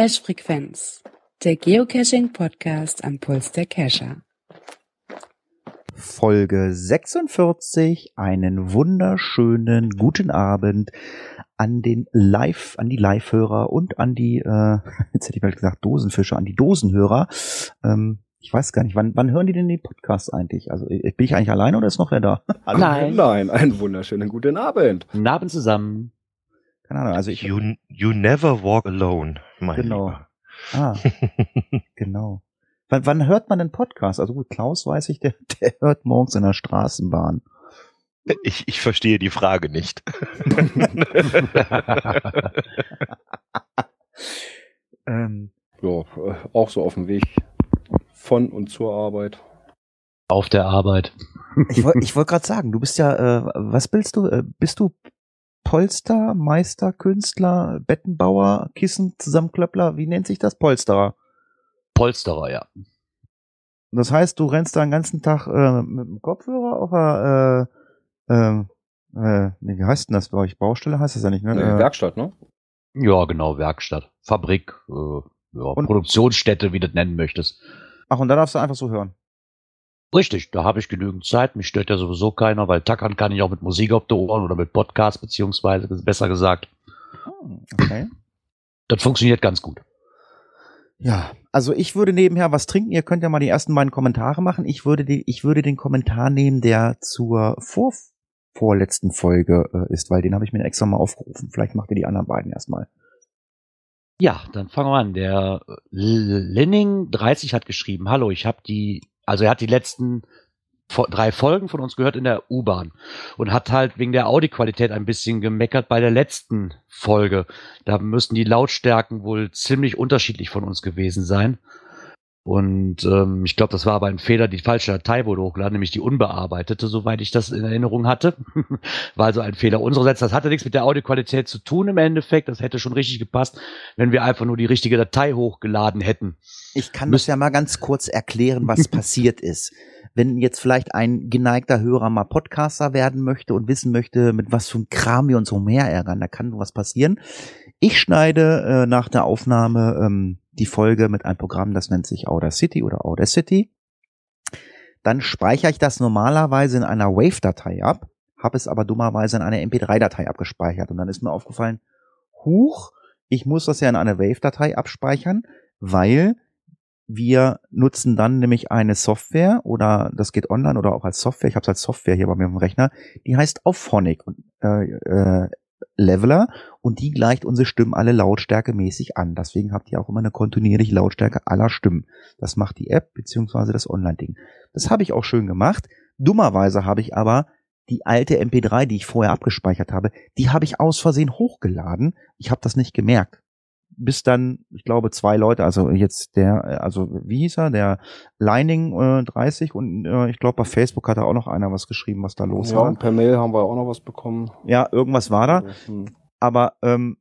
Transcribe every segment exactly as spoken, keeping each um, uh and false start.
Cache-Frequenz, der Geocaching-Podcast am Puls der Cacher. Folge sechsundvierzig, einen wunderschönen guten Abend an den Live, an die Live-Hörer und an die, äh, jetzt hätte ich mal gesagt Dosenfischer, an die Dosenhörer. Ähm, ich weiß gar nicht, wann, wann hören die denn die Podcasts eigentlich? Also bin ich eigentlich alleine oder ist noch wer da? Hallo, nein, nein, einen wunderschönen guten Abend. Guten Abend zusammen. Keine Ahnung, also ich... You, you never walk alone, mein Genau. Lieber. Ah, genau. Wann, wann hört man einen Podcast? Also gut, Klaus weiß ich, der, der hört morgens in der Straßenbahn. Ich, ich verstehe die Frage nicht. ähm, ja, auch so auf dem Weg von und zur Arbeit. Auf der Arbeit. Ich wollte ich wollt gerade sagen, du bist ja, äh, was bist du? Äh, bist du Polster, Meister, Künstler, Bettenbauer, Kissenzusammenklöppler? Wie nennt sich das? Polsterer. Polsterer, ja. Das heißt, du rennst da den ganzen Tag äh, mit dem Kopfhörer auf der, äh, äh, äh, nee, wie heißt denn das bei euch? Baustelle heißt das ja nicht, ne? Nee, äh, Werkstatt, ne? Ja, genau, Werkstatt. Fabrik, äh, ja, Produktionsstätte, wie du das nennen möchtest. Ach, und da darfst du einfach so hören? Richtig, da habe ich genügend Zeit. Mich stört ja sowieso keiner, weil tackern kann ich auch mit Musik auf den Ohren oder mit Podcast, beziehungsweise besser gesagt. Okay. Das funktioniert ganz gut. Ja, also ich würde nebenher was trinken. Ihr könnt ja mal die ersten beiden Kommentare machen. Ich würde, die, ich würde den Kommentar nehmen, der zur vor, vorletzten Folge äh, ist, weil den habe ich mir extra mal aufgerufen. Vielleicht macht ihr die anderen beiden erstmal. Ja, dann fangen wir an. Der Lenning dreißig hat geschrieben, hallo, ich habe die, also er hat die letzten drei Folgen von uns gehört in der U-Bahn und hat halt wegen der Audioqualität ein bisschen gemeckert bei der letzten Folge. Da müssten die Lautstärken wohl ziemlich unterschiedlich von uns gewesen sein. Und ähm, ich glaube, das war aber ein Fehler, die falsche Datei wurde hochgeladen, nämlich die unbearbeitete, soweit ich das in Erinnerung hatte. War also ein Fehler unsererseits. Das hatte nichts mit der Audioqualität zu tun im Endeffekt. Das hätte schon richtig gepasst, wenn wir einfach nur die richtige Datei hochgeladen hätten. Ich kann das ja mal ganz kurz erklären, was passiert ist. Wenn jetzt vielleicht ein geneigter Hörer mal Podcaster werden möchte und wissen möchte, mit was für einem Kram wir uns so mehr ärgern, da kann was passieren. Ich schneide äh, nach der Aufnahme ähm, die Folge mit einem Programm, das nennt sich Audacity oder Audacity. Dann speichere ich das normalerweise in einer Wave-Datei ab, habe es aber dummerweise in einer M P drei Datei abgespeichert. Und dann ist mir aufgefallen, huch, ich muss das ja in einer Wave-Datei abspeichern, weil wir nutzen dann nämlich eine Software, oder das geht online oder auch als Software, ich habe es als Software hier bei mir auf dem Rechner, die heißt Auphonic und äh, äh, Leveler, und die gleicht unsere Stimmen alle lautstärkemäßig an. Deswegen habt ihr auch immer eine kontinuierliche Lautstärke aller Stimmen. Das macht die App beziehungsweise das Online-Ding. Das habe ich auch schön gemacht. Dummerweise habe ich aber die alte M P drei, die ich vorher abgespeichert habe, die habe ich aus Versehen hochgeladen. Ich habe das nicht gemerkt. Bis dann, ich glaube, zwei Leute, also jetzt der, also wie hieß er, der Lining äh, dreißig, und äh, ich glaube, bei Facebook hat da auch noch einer was geschrieben, was da los ja, war. Und per Mail haben wir auch noch was bekommen. Ja, irgendwas war da. Hm. Aber ähm,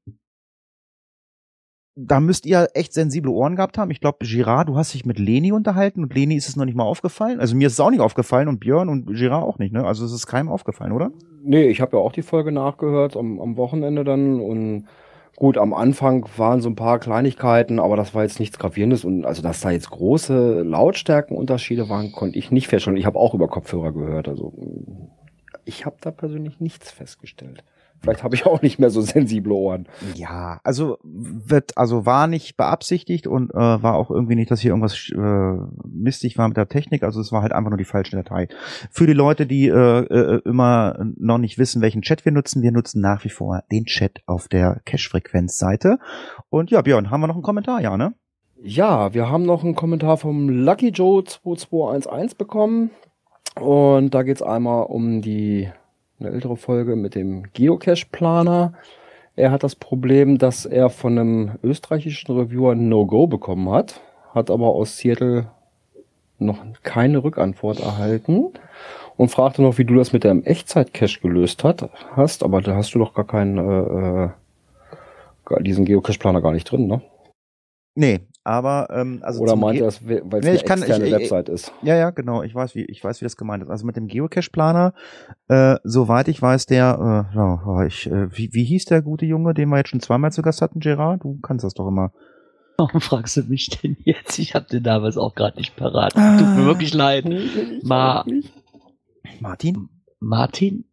da müsst ihr echt sensible Ohren gehabt haben. Ich glaube, Girard, du hast dich mit Leni unterhalten und Leni ist es noch nicht mal aufgefallen. Also mir ist es auch nicht aufgefallen und Björn und Girard auch nicht, ne? Also es ist keinem aufgefallen, oder? Nee, ich habe ja auch die Folge nachgehört am, am Wochenende dann, und gut, am Anfang waren so ein paar Kleinigkeiten, aber das war jetzt nichts Gravierendes, und also dass da jetzt große Lautstärkenunterschiede waren, konnte ich nicht feststellen. Ich habe auch über Kopfhörer gehört, also ich habe da persönlich nichts festgestellt. Vielleicht habe ich auch nicht mehr so sensible Ohren. Ja, also wird, also war nicht beabsichtigt und äh, war auch irgendwie nicht, dass hier irgendwas äh, mistig war mit der Technik. Also es war halt einfach nur die falsche Datei. Für die Leute, die äh, äh, immer noch nicht wissen, welchen Chat wir nutzen, wir nutzen nach wie vor den Chat auf der Cache-Frequenz-Seite. Und ja, Björn, haben wir noch einen Kommentar, ja, ne? Ja, wir haben noch einen Kommentar vom Lucky Joe zwei zwei eins eins bekommen. Und da geht's einmal um die eine ältere Folge mit dem Geocache-Planer. Er hat das Problem, dass er von einem österreichischen Reviewer ein No-Go bekommen hat, hat aber aus Seattle noch keine Rückantwort erhalten und fragte noch, wie du das mit deinem Echtzeit-Cache gelöst hat, hast, aber da hast du doch gar keinen, äh, äh, diesen Geocache-Planer gar nicht drin, ne? Nee, aber ähm, also oder zum meint Ge- er das, weil es Nee, eine ich kann- externe ich- ich- Website ist? Ja, ja, genau. Ich weiß, wie ich weiß, wie das gemeint ist. Also mit dem Geocache-Planer, äh, soweit ich weiß, der, äh, ja, ich, äh, wie, wie hieß der gute Junge, den wir jetzt schon zweimal zu Gast hatten, Gerard? Du kannst das doch immer. Warum fragst du mich denn jetzt? Ich hab den damals auch gerade nicht parat. Tut mir wirklich leid. Ma Martin? Martin?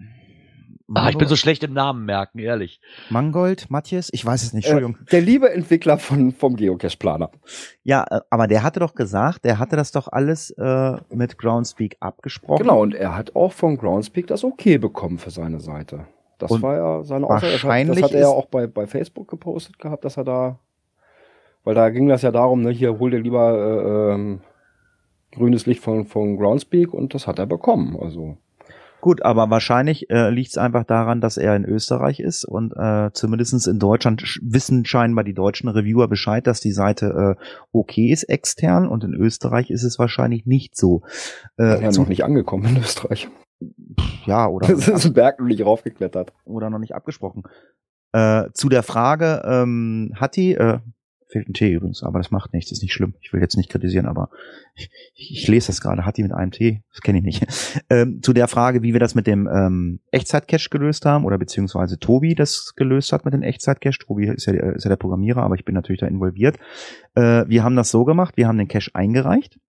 Ah, ich bin so schlecht im Namen merken, ehrlich. Mangold, Matthias? Ich weiß es nicht, Entschuldigung. Äh, der liebe Entwickler von, vom Geocache-Planer. Ja, äh, aber der hatte doch gesagt, der hatte das doch alles äh, mit Groundspeak abgesprochen. Genau, und er hat auch von Groundspeak das okay bekommen für seine Seite. Das Und war ja seine Aussage. Das hat, wahrscheinlich das hat er ja ist- auch bei, bei Facebook gepostet gehabt, dass er da, weil da ging das ja darum, ne, hier hol dir lieber äh, ähm, grünes Licht von, von Groundspeak, und das hat er bekommen. Also Gut, aber wahrscheinlich äh, liegt es einfach daran, dass er in Österreich ist und äh, zumindest in Deutschland sch- wissen scheinbar die deutschen Reviewer Bescheid, dass die Seite äh, okay ist extern, und in Österreich ist es wahrscheinlich nicht so. Äh, ja zu- noch nicht angekommen in Österreich. ja, oder, Das ist ein Berg noch nicht raufgeklettert. oder noch nicht abgesprochen. Äh, zu der Frage, ähm, Hatti, äh, fehlt ein T übrigens, aber das macht nichts, ist nicht schlimm. Ich will jetzt nicht kritisieren, aber ich, ich lese das gerade. Hatti mit einem T, das kenne ich nicht. Ähm, zu der Frage, wie wir das mit dem ähm, Echtzeit-Cache gelöst haben, oder beziehungsweise Tobi das gelöst hat mit dem Echtzeit-Cache. Tobi ist ja, ist ja der Programmierer, aber ich bin natürlich da involviert. Äh, wir haben das so gemacht, wir haben den Cache eingereicht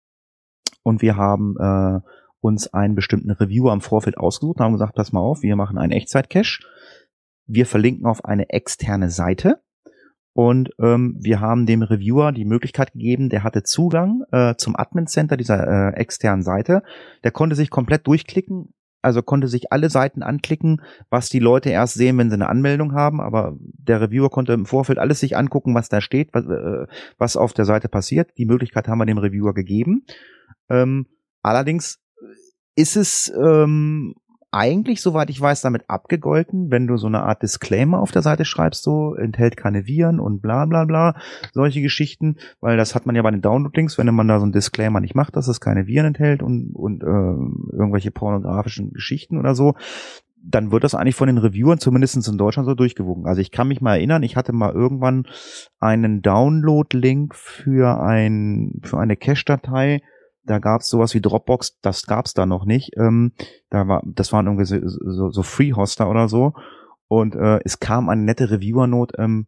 und wir haben äh, uns einen bestimmten Reviewer im Vorfeld ausgesucht und haben gesagt, pass mal auf, wir machen einen Echtzeit-Cache. Wir verlinken auf eine externe Seite. Und ähm, wir haben dem Reviewer die Möglichkeit gegeben, der hatte Zugang äh, zum Admin Center dieser äh, externen Seite. Der konnte sich komplett durchklicken, also konnte sich alle Seiten anklicken, was die Leute erst sehen, wenn sie eine Anmeldung haben. Aber der Reviewer konnte im Vorfeld alles sich angucken, was da steht, was, äh, was auf der Seite passiert. Die Möglichkeit haben wir dem Reviewer gegeben. Ähm, allerdings ist es ähm, eigentlich, soweit ich weiß, damit abgegolten, wenn du so eine Art Disclaimer auf der Seite schreibst, so, enthält keine Viren und bla bla bla, solche Geschichten, weil das hat man ja bei den Download-Links, wenn man da so einen Disclaimer nicht macht, dass es keine Viren enthält und, und äh, irgendwelche pornografischen Geschichten oder so, dann wird das eigentlich von den Reviewern zumindest in Deutschland so durchgewogen. Also ich kann mich mal erinnern, ich hatte mal irgendwann einen Download-Link für ein für eine Cache-Datei. Da gab's sowas wie Dropbox, das gab's da noch nicht. Ähm, da war, das waren irgendwie so, so, so Free-Hoster oder so. Und äh, es kam eine nette Reviewer-Note. Ähm,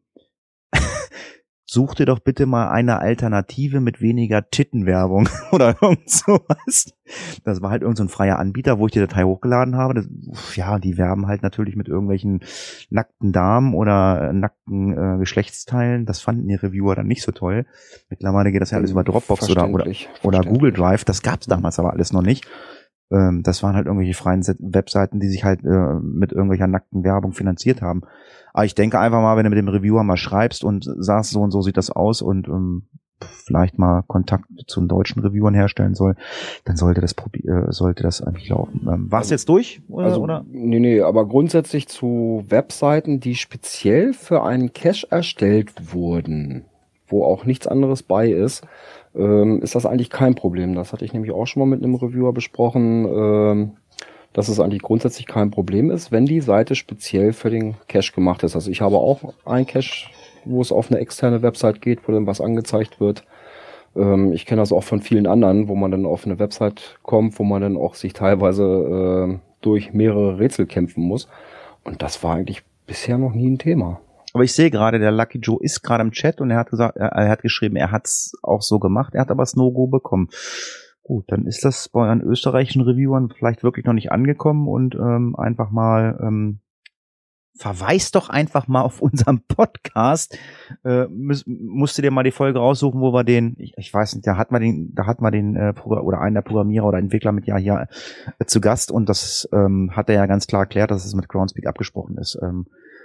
such dir doch bitte mal eine Alternative mit weniger Tittenwerbung oder irgend sowas. Das war halt irgend so ein freier Anbieter, wo ich die Datei hochgeladen habe. Das, ja, die werben halt natürlich mit irgendwelchen nackten Damen oder äh, nackten äh, Geschlechtsteilen. Das fanden die Reviewer dann nicht so toll. Mittlerweile geht das ja alles über Dropbox oder, oder, oder Google Drive. Das gab's damals aber alles noch nicht. Ähm, das waren halt irgendwelche freien Webseiten, die sich halt äh, mit irgendwelcher nackten Werbung finanziert haben. Aber ich denke einfach mal, wenn du mit dem Reviewer mal schreibst und sagst, so und so sieht das aus und ähm, vielleicht mal Kontakt zu den deutschen Reviewern herstellen soll, dann sollte das probi- äh, sollte das eigentlich laufen. Ähm, war's Also, jetzt durch? Oder, Also, oder? nee, nee, aber grundsätzlich zu Webseiten, die speziell für einen Cache erstellt wurden, wo auch nichts anderes bei ist, ähm, ist das eigentlich kein Problem. Das hatte ich nämlich auch schon mal mit einem Reviewer besprochen, ähm, dass es eigentlich grundsätzlich kein Problem ist, wenn die Seite speziell für den Cache gemacht ist. Also ich habe auch einen Cache, wo es auf eine externe Website geht, wo dann was angezeigt wird. Ähm, ich kenne das auch von vielen anderen, wo man dann auf eine Website kommt, wo man dann auch sich teilweise äh, durch mehrere Rätsel kämpfen muss. Und das war eigentlich bisher noch nie ein Thema. Aber ich sehe gerade, der Lucky Joe ist gerade im Chat und er hat gesagt, er, er hat geschrieben, er hat's auch so gemacht, er hat aber das No-Go bekommen. Gut, dann ist das bei den österreichischen Reviewern vielleicht wirklich noch nicht angekommen und ähm, einfach mal ähm, verweis doch einfach mal auf unseren Podcast. Äh, müß, musst du dir mal die Folge raussuchen, wo wir den, ich, ich weiß nicht, da hat man den, da hat man den äh, oder einen der Programmierer oder Entwickler mit ja hier äh, zu Gast und das ähm, hat er ja ganz klar erklärt, dass es mit Groundspeak abgesprochen ist. Ähm,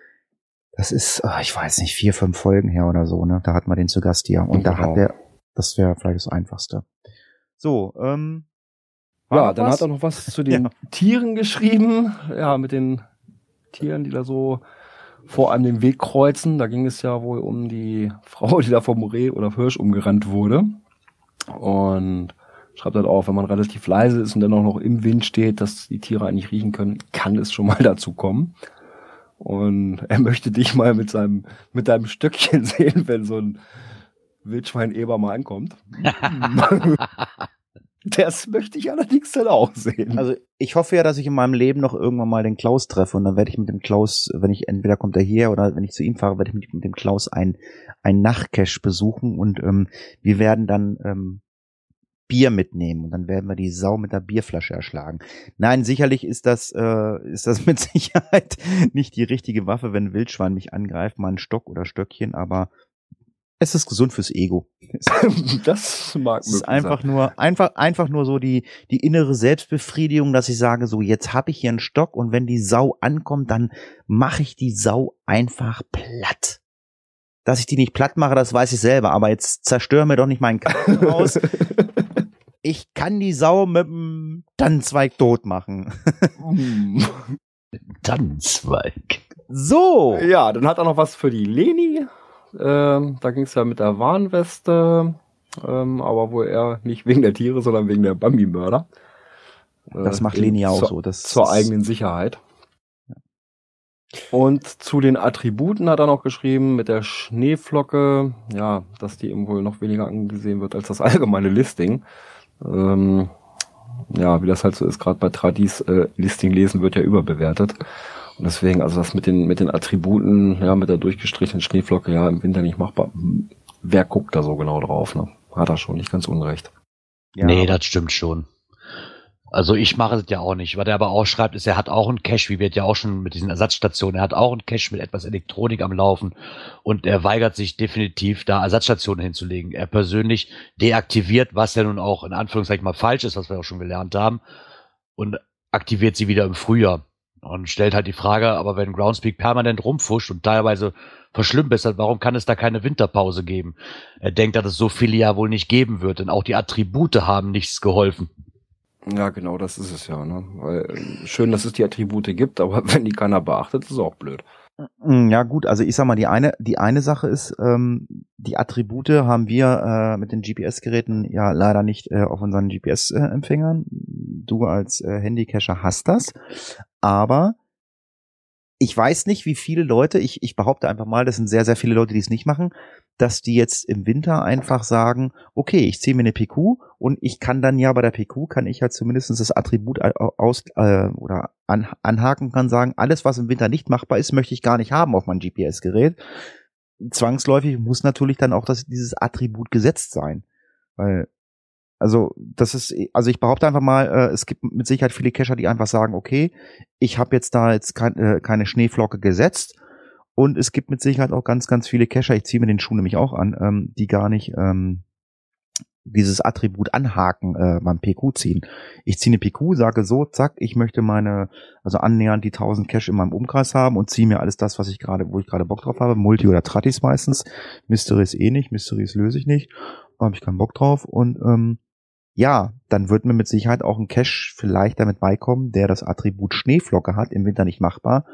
das ist, oh, ich weiß nicht, vier, fünf Folgen her oder so, ne? Da hat man den zu Gast hier und da Genau. hat der, das wäre vielleicht das Einfachste. So, ähm, war Ja, noch dann was? hat er noch was zu den Ja. Tieren geschrieben. Ja, mit den Tieren, die da so vor einem den Weg kreuzen. Da ging es ja wohl um die Frau, die da vom Reh oder Hirsch umgerannt wurde. Und schreibt halt auch, wenn man relativ leise ist und dann auch noch im Wind steht, dass die Tiere eigentlich riechen können, kann es schon mal dazu kommen. Und er möchte dich mal mit seinem, mit deinem Stöckchen sehen, wenn so ein Wildschwein-Eber mal ankommt. Das möchte ich allerdings dann auch sehen. Also ich hoffe ja, dass ich in meinem Leben noch irgendwann mal den Klaus treffe und dann werde ich mit dem Klaus, wenn ich entweder kommt er her oder wenn ich zu ihm fahre, werde ich mit, mit dem Klaus ein ein Nachtcache besuchen und ähm, wir werden dann ähm, Bier mitnehmen und dann werden wir die Sau mit der Bierflasche erschlagen. Nein, sicherlich ist das äh, ist das mit Sicherheit nicht die richtige Waffe, wenn ein Wildschwein mich angreift, mal ein Stock oder Stöckchen, aber es ist gesund fürs Ego. Das mag Es ist einfach nur, einfach, einfach nur so die, die innere Selbstbefriedigung, dass ich sage, so, jetzt habe ich hier einen Stock und wenn die Sau ankommt, dann mache ich die Sau einfach platt. Dass ich die nicht platt mache, das weiß ich selber, aber jetzt zerstöre mir doch nicht meinen Krankenhaus. Ich kann die Sau mit dem Tannenzweig tot machen. Tannenzweig. So. Ja, dann hat er noch was für die Leni. Ähm, da ging es ja mit der Warnweste, ähm, aber wohl eher nicht wegen der Tiere, sondern wegen der Bambi-Mörder. Äh, Das macht Leni ja auch zur, so. Das zur ist, eigenen Sicherheit. Ja. Und zu den Attributen hat er noch geschrieben, mit der Schneeflocke, ja, dass die eben wohl noch weniger angesehen wird als das allgemeine Listing. Ähm, ja, wie das halt so ist, gerade bei Tradis, äh, Listing lesen wird ja überbewertet. Und deswegen, also das mit den mit den Attributen, ja, mit der durchgestrichenen Schneeflocke, ja, im Winter nicht machbar. Wer guckt da so genau drauf, ne? Hat er schon nicht ganz unrecht. ja, Nee, das stimmt schon. Also ich mache es ja auch nicht. Was er aber auch schreibt, ist, er hat auch einen Cache, wie wir ja auch schon mit diesen Ersatzstationen, er hat auch einen Cache mit etwas Elektronik am Laufen und er weigert sich definitiv, da Ersatzstationen hinzulegen. Er persönlich deaktiviert, was ja nun auch in Anführungszeichen mal falsch ist, was wir auch schon gelernt haben, und aktiviert sie wieder im Frühjahr. Und stellt halt die Frage, aber wenn Groundspeak permanent rumfuscht und teilweise verschlimmbessert, warum kann es da keine Winterpause geben? Er denkt, dass es so viele ja wohl nicht geben wird, denn auch die Attribute haben nichts geholfen. Ja, genau, das ist es ja, ne? Weil äh, schön, dass es die Attribute gibt, aber wenn die keiner beachtet, ist es auch blöd. Ja gut, also ich sag mal, die eine, die eine Sache ist, ähm, die Attribute haben wir äh, mit den G P S-Geräten ja leider nicht äh, auf unseren G P S-Empfängern. Du als äh, Handycacher hast das, aber ich weiß nicht, wie viele Leute, ich, ich behaupte einfach mal, das sind sehr, sehr viele Leute, die es nicht machen, dass die jetzt im Winter einfach sagen, okay, ich ziehe mir eine P Q und ich kann dann ja bei der P Q, kann ich halt zumindest das Attribut aus äh, oder an, anhaken, kann sagen, alles, was im Winter nicht machbar ist, möchte ich gar nicht haben auf mein G P S-Gerät. Zwangsläufig muss natürlich dann auch das, dieses Attribut gesetzt sein. Weil, also das ist, also ich behaupte einfach mal, äh, es gibt mit Sicherheit viele Cacher, die einfach sagen, okay, ich habe jetzt da jetzt kein, äh, keine Schneeflocke gesetzt. Und es gibt mit Sicherheit auch ganz, ganz viele Cacher, ich ziehe mir den Schuh nämlich auch an, ähm, die gar nicht ähm, dieses Attribut anhaken äh, beim P Q ziehen. Ich ziehe eine P Q, sage so, zack, ich möchte meine, also annähernd die tausend Cache in meinem Umkreis haben und ziehe mir alles das, was ich gerade, wo ich gerade Bock drauf habe, Multi oder Tratis meistens. Mysteries eh nicht, Mysteries löse ich nicht, da habe ich keinen Bock drauf und ähm, ja, dann wird mir mit Sicherheit auch ein Cache vielleicht damit beikommen, der das Attribut Schneeflocke hat, im Winter nicht machbar.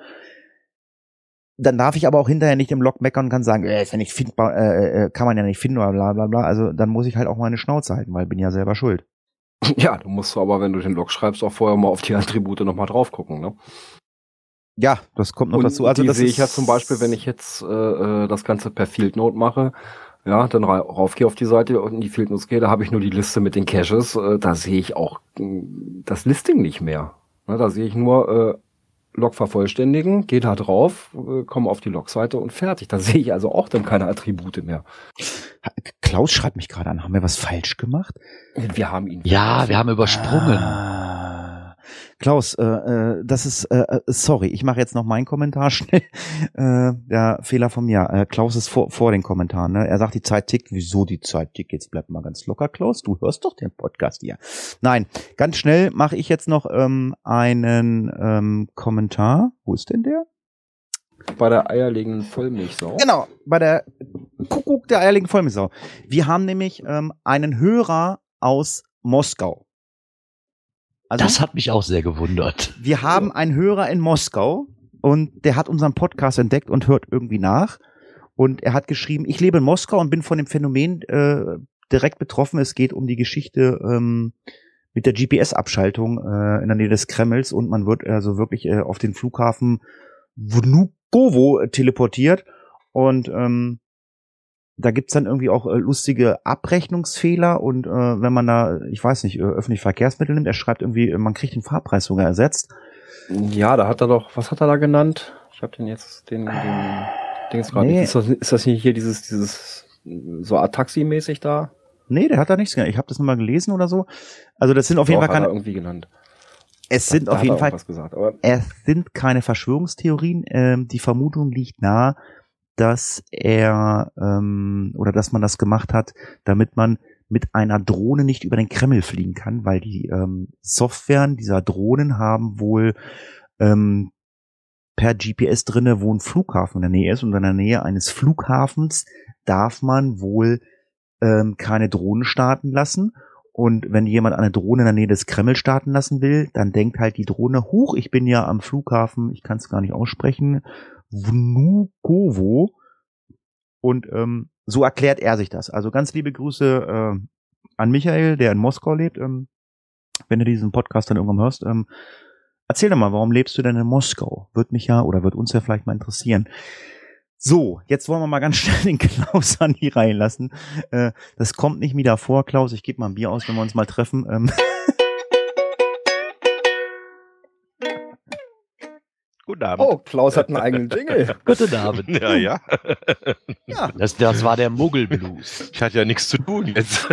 Dann darf ich aber auch hinterher nicht im Log meckern und kann sagen, äh, ist ja nicht findbar, äh, kann man ja nicht finden oder bla bla bla. Also dann muss ich halt auch meine Schnauze halten, weil bin ja selber schuld. Ja, du musst aber, wenn du den Log schreibst, auch vorher mal auf die Attribute nochmal drauf gucken, ne? Ja, das kommt noch und dazu. Also die das sehe ist ich ja zum Beispiel, wenn ich jetzt äh, das Ganze per Field Note mache, ja, dann ra- raufgehe auf die Seite und in die Field Notes gehe, da habe ich nur die Liste mit den Caches, äh, da sehe ich auch äh, das Listing nicht mehr. Ne, da sehe ich nur äh, Log vervollständigen, gehe da drauf, äh, komme auf die Log-Seite und fertig. Da sehe ich also auch dann keine Attribute mehr. Klaus schreibt mich gerade an, haben wir was falsch gemacht? Wir haben ihn. Ja, vergessen. wir haben übersprungen. Ah. Klaus, äh, äh, das ist, äh, sorry, ich mache jetzt noch meinen Kommentar schnell. Äh, der Fehler von mir. Äh, Klaus ist vor, vor den Kommentaren. Ne? Er sagt, die Zeit tickt. Wieso die Zeit tickt? Jetzt bleib mal ganz locker, Klaus. Du hörst doch den Podcast hier. Nein, ganz schnell mache ich jetzt noch ähm, einen ähm, Kommentar. Wo ist denn der? Bei der eierlegenden Vollmilchsau. Genau, bei der Kuckuck der eierlegenden Vollmilchsau. Wir haben nämlich ähm, einen Hörer aus Moskau. Also, Das hat mich auch sehr gewundert. wir haben einen Hörer in Moskau und der hat unseren Podcast entdeckt und hört irgendwie nach. Und er hat geschrieben, ich lebe in Moskau und bin von dem Phänomen äh, direkt betroffen. Es geht um die Geschichte ähm, mit der G P S-Abschaltung äh, in der Nähe des Kremls und man wird also wirklich äh, auf den Flughafen Vnukovo teleportiert und ähm, da gibt's dann irgendwie auch äh, lustige Abrechnungsfehler und äh, wenn man da, ich weiß nicht, äh, öffentliche Verkehrsmittel nimmt, er schreibt irgendwie, man kriegt den Fahrpreis sogar ersetzt. Ja, da hat er doch, was hat er da genannt? Ich habe den jetzt, den, den Dings gerade Nee. nicht. Ist das, ist das nicht hier dieses, dieses, so Art Taxi-mäßig da? Nee, der hat da nichts genannt. Ich habe das nochmal gelesen oder so. Also das sind auf jeden Doch, Fall hat er keine, irgendwie genannt. es sind Da auf hat jeden er Fall, was gesagt, aber es sind keine Verschwörungstheorien. Ähm, die Vermutung liegt nahe, dass er ähm, oder dass man das gemacht hat, damit man mit einer Drohne nicht über den Kreml fliegen kann, weil die ähm, Softwaren dieser Drohnen haben wohl ähm, per G P S drinne, wo ein Flughafen in der Nähe ist, und in der Nähe eines Flughafens darf man wohl ähm, keine Drohnen starten lassen. Und wenn jemand eine Drohne in der Nähe des Kreml starten lassen will, dann denkt halt die Drohne, huch, ich bin ja am Flughafen, ich kann es gar nicht aussprechen, Vnukovo. Und ähm, so erklärt er sich das. Also ganz liebe Grüße äh, an Michael, der in Moskau lebt. Ähm, wenn du diesen Podcast dann irgendwann hörst, ähm, erzähl doch mal, warum lebst du denn in Moskau? Wird mich ja oder wird uns ja vielleicht mal interessieren. So, jetzt wollen wir mal ganz schnell den Klaus an die Reihe lassen. Äh, das kommt nicht wieder vor, Klaus. Ich gebe mal ein Bier aus, wenn wir uns mal treffen. Ähm Guten Abend. oh, Klaus hat einen eigenen Jingle. Guten Abend. Ja, ja. ja, Das, das war der Muggelblues. Ich hatte ja nichts zu tun jetzt.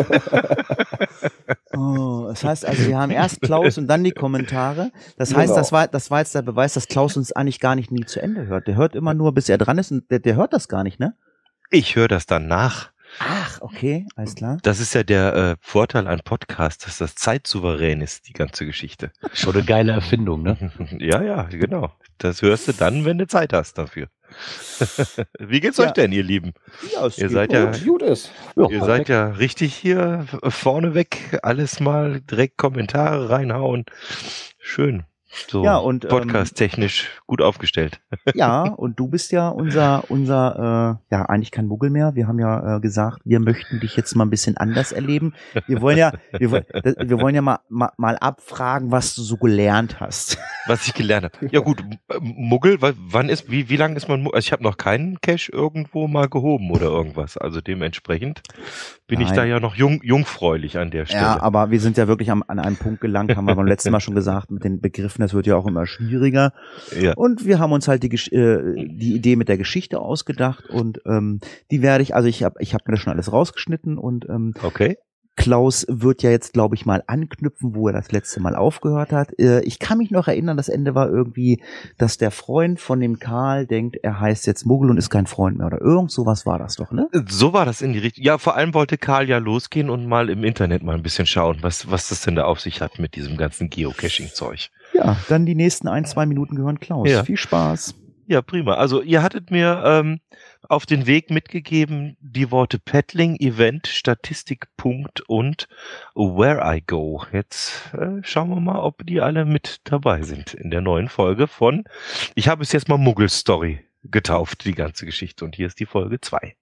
oh, das heißt also, wir haben erst Klaus und dann die Kommentare. Das heißt, Genau. das war, das war jetzt der Beweis, dass Klaus uns eigentlich gar nicht nie zu Ende hört. Der hört immer nur, bis er dran ist, und der, der hört das gar nicht, ne? Ich höre das dann nach. Ach, okay, alles klar. Das ist ja der äh, Vorteil an Podcast, dass das zeitsouverän ist, die ganze Geschichte. Schon eine geile Erfindung, ne? Ja, ja, genau. Das hörst du dann, wenn du Zeit hast dafür. Wie geht's Ja. euch denn, ihr Lieben? Ja, es Ihr geht seid ja, Gut, gut ist. Ja, ihr seid ja richtig hier vorneweg, alles mal direkt Kommentare reinhauen. Schön. So Ja, und, ähm, podcast-technisch gut aufgestellt. Ja, und du bist ja unser, unser, äh, ja, eigentlich kein Muggel mehr. Wir haben ja äh, gesagt, wir möchten dich jetzt mal ein bisschen anders erleben. Wir wollen ja, wir, wollen- wir wollen ja mal, mal, mal abfragen, was du so gelernt hast. Was ich gelernt habe. Ja gut, M- Muggel, wa- wann ist, wie, wie lange ist man Muggel? Also ich habe noch keinen Cache irgendwo mal gehoben oder irgendwas. Also dementsprechend bin ich Nein. da ja noch jung, jungfräulich an der Stelle. Ja, aber wir sind ja wirklich am, an einem Punkt gelangt, haben wir beim letzten Mal schon gesagt, mit den Begriffen, das wird ja auch immer schwieriger. Ja. Und wir haben uns halt die, Gesch- äh, die Idee mit der Geschichte ausgedacht, und ähm, die werde ich, also ich habe ich hab mir das schon alles rausgeschnitten, und ähm, Okay. Klaus wird ja jetzt, glaube ich, mal anknüpfen, wo er das letzte Mal aufgehört hat. Äh, ich kann mich noch erinnern, das Ende war irgendwie, dass der Freund von dem Karl denkt, er heißt jetzt Muggel und ist kein Freund mehr, oder irgend sowas war das doch, ne? So war das in die Richtung. Ja, vor allem wollte Karl ja losgehen und mal im Internet mal ein bisschen schauen, was, was das denn da auf sich hat mit diesem ganzen Geocaching-Zeug. Ja, dann die nächsten ein, zwei Minuten gehören Klaus. Ja. Viel Spaß. Ja, prima. Also ihr hattet mir ähm, auf den Weg mitgegeben die Worte Paddling, Event, Statistikpunkt und Where I Go. Jetzt äh, schauen wir mal, ob die alle mit dabei sind in der neuen Folge von, ich habe es jetzt mal Muggel-Story getauft, die ganze Geschichte. Und hier ist die Folge zwei.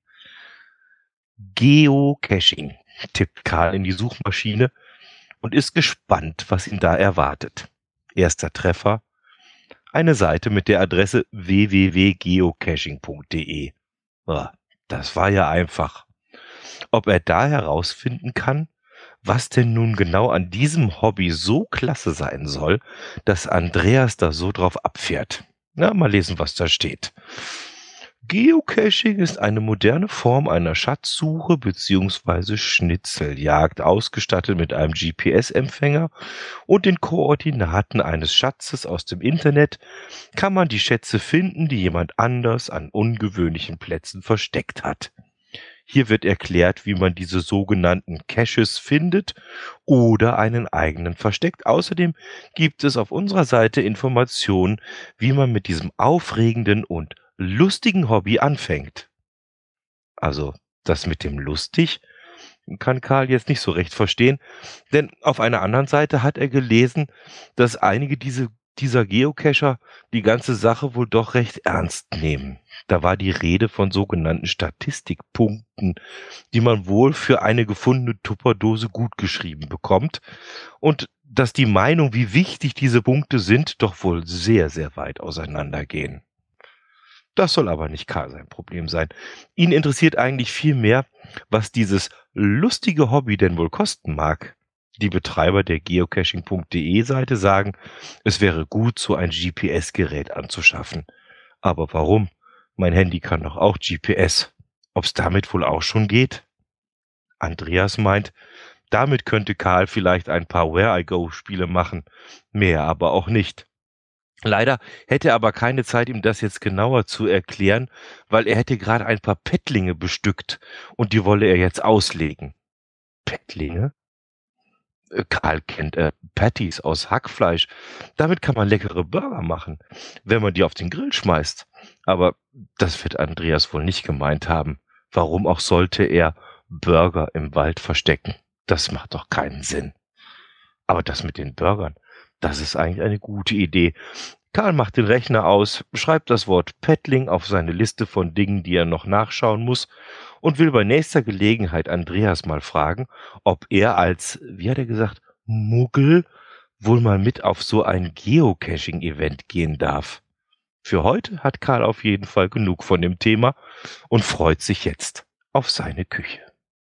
Geocaching, tippt Karl in die Suchmaschine und ist gespannt, was ihn da erwartet. Erster Treffer. Eine Seite mit der Adresse w w w punkt geocaching punkt d e. Ah, das war ja einfach. Ob er da herausfinden kann, was denn nun genau an diesem Hobby so klasse sein soll, dass Andreas da so drauf abfährt. Na, mal lesen, was da steht. Geocaching ist eine moderne Form einer Schatzsuche bzw. Schnitzeljagd, ausgestattet mit einem G P S-Empfänger und den Koordinaten eines Schatzes aus dem Internet kann man die Schätze finden, die jemand anders an ungewöhnlichen Plätzen versteckt hat. Hier wird erklärt, wie man diese sogenannten Caches findet oder einen eigenen versteckt. Außerdem gibt es auf unserer Seite Informationen, wie man mit diesem aufregenden und lustigen Hobby anfängt. Also das mit dem lustig kann Karl jetzt nicht so recht verstehen, denn auf einer anderen Seite hat er gelesen, dass einige diese, dieser Geocacher die ganze Sache wohl doch recht ernst nehmen. Da war die Rede von sogenannten Statistikpunkten, die man wohl für eine gefundene Tupperdose gut geschrieben bekommt, und dass die Meinung, wie wichtig diese Punkte sind, doch wohl sehr, sehr weit auseinandergehen. Das soll aber nicht Karl sein Problem sein. Ihn interessiert eigentlich viel mehr, was dieses lustige Hobby denn wohl kosten mag. Die Betreiber der geocaching punkt de Seite sagen, es wäre gut, so ein G P S-Gerät anzuschaffen. Aber warum? Mein Handy kann doch auch G P S. Ob's damit wohl auch schon geht? Andreas meint, damit könnte Karl vielleicht ein paar Where-I-Go-Spiele machen, mehr aber auch nicht. Leider hätte er aber keine Zeit, ihm das jetzt genauer zu erklären, weil er hätte gerade ein paar Pettlinge bestückt und die wolle er jetzt auslegen. Pettlinge? Karl kennt äh, Patties aus Hackfleisch. Damit kann man leckere Burger machen, wenn man die auf den Grill schmeißt. Aber das wird Andreas wohl nicht gemeint haben. Warum auch sollte er Burger im Wald verstecken? Das macht doch keinen Sinn. Aber das mit den Burgern, das ist eigentlich eine gute Idee. Karl macht den Rechner aus, schreibt das Wort Pettling auf seine Liste von Dingen, die er noch nachschauen muss und will bei nächster Gelegenheit Andreas mal fragen, ob er als, wie hat er gesagt, Muggel wohl mal mit auf so ein Geocaching-Event gehen darf. Für heute hat Karl auf jeden Fall genug von dem Thema und freut sich jetzt auf seine Küche.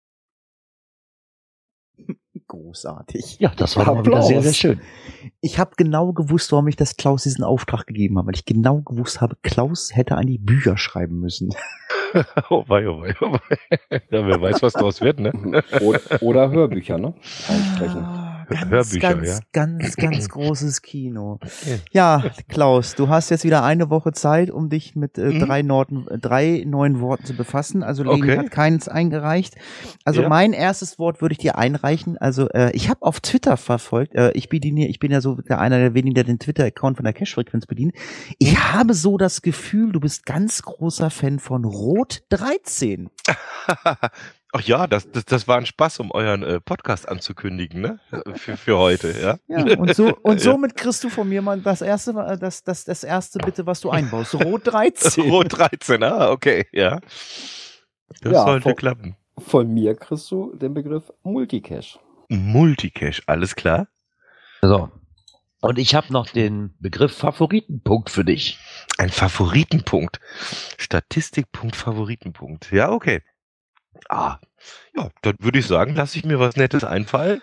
Großartig. Ja, das war mal wieder sehr, sehr schön. Ich habe genau gewusst, warum ich das Klaus diesen Auftrag gegeben habe, weil ich genau gewusst habe, Klaus hätte eigentlich Bücher schreiben müssen. Oh wei, oh wei, oh wei. Ja, wer weiß, was daraus wird, ne? Oder, oder Hörbücher, ne? Einsprechen. Ah, ganz, Hörbücher, ganz, ja. ganz, ganz großes Kino. Ja, Klaus, du hast jetzt wieder eine Woche Zeit, um dich mit äh, Mhm. drei, Norten, äh, drei neuen Worten zu befassen. Also Leni Okay. hat keins eingereicht. Also Ja. mein erstes Wort würde ich dir einreichen. Also äh, ich habe auf Twitter verfolgt, äh, ich bediene, ich bin ja so der einer der wenigen, der den Twitter-Account von der Cache-Frequenz bedient. Ich habe so das Gefühl, du bist ganz großer Fan von Rot dreizehn. Ach ja, das, das, das war ein Spaß, um euren äh, Podcast anzukündigen, ne? Für, für heute, ja. Ja, und so und Ja. somit kriegst du von mir mal das erste, äh, das, das, das erste bitte, was du einbaust. Rot dreizehn. Rot dreizehn, ah, okay, ja. Das Ja, sollte vor- klappen. Von mir kriegst du den Begriff Multicache. Multicache, alles klar? So. Und ich habe noch den Begriff Favoritenpunkt für dich. Ein Favoritenpunkt. Statistikpunkt, Favoritenpunkt. Ja, okay. Ah, ja, dann würde ich sagen, lasse ich mir was Nettes einfallen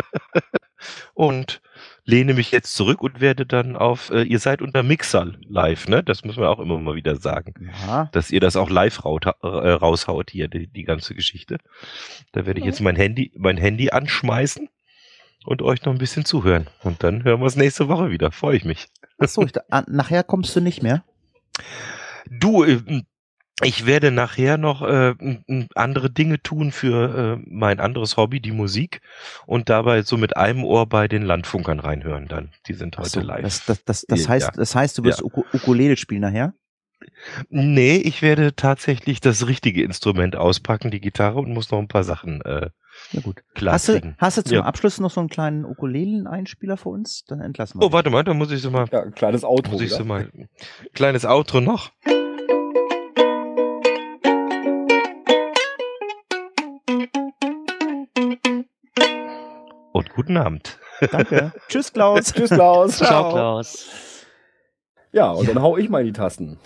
und lehne mich jetzt zurück und werde dann auf, äh, ihr seid unter Mixer live, ne? Das muss man auch immer mal wieder sagen. Ja. Dass ihr das auch live raut, äh, raushaut hier, die, die ganze Geschichte. Da werde ich jetzt mein Handy, mein Handy anschmeißen und euch noch ein bisschen zuhören. Und dann hören wir es nächste Woche wieder. Freue ich mich. Achso, ich, da- ah, nachher kommst du nicht mehr. Du, äh, ich werde nachher noch äh, m- m- andere Dinge tun für äh, mein anderes Hobby, die Musik, und dabei so mit einem Ohr bei den Landfunkern reinhören dann. Die sind heute Achso, live. das, das, das, das Ja. heißt, das heißt, du wirst Ja. Uku- Ukulele spielen nachher? Nee, ich werde tatsächlich das richtige Instrument auspacken, die Gitarre, und muss noch ein paar Sachen äh, Ja gut. klar Hast du, kriegen. hast du zum Ja. Abschluss noch so einen kleinen Ukulelen-Einspieler für uns? Dann entlassen wir. Oh, warte mal, da muss ich so mal, Ja, ein kleines Outro. muss ich wieder. so mal, kleines Outro noch. Und guten Abend. Danke. Tschüss, Klaus. Tschüss, Klaus. Ciao, Klaus. Ja, und dann hau ich mal in die Tasten.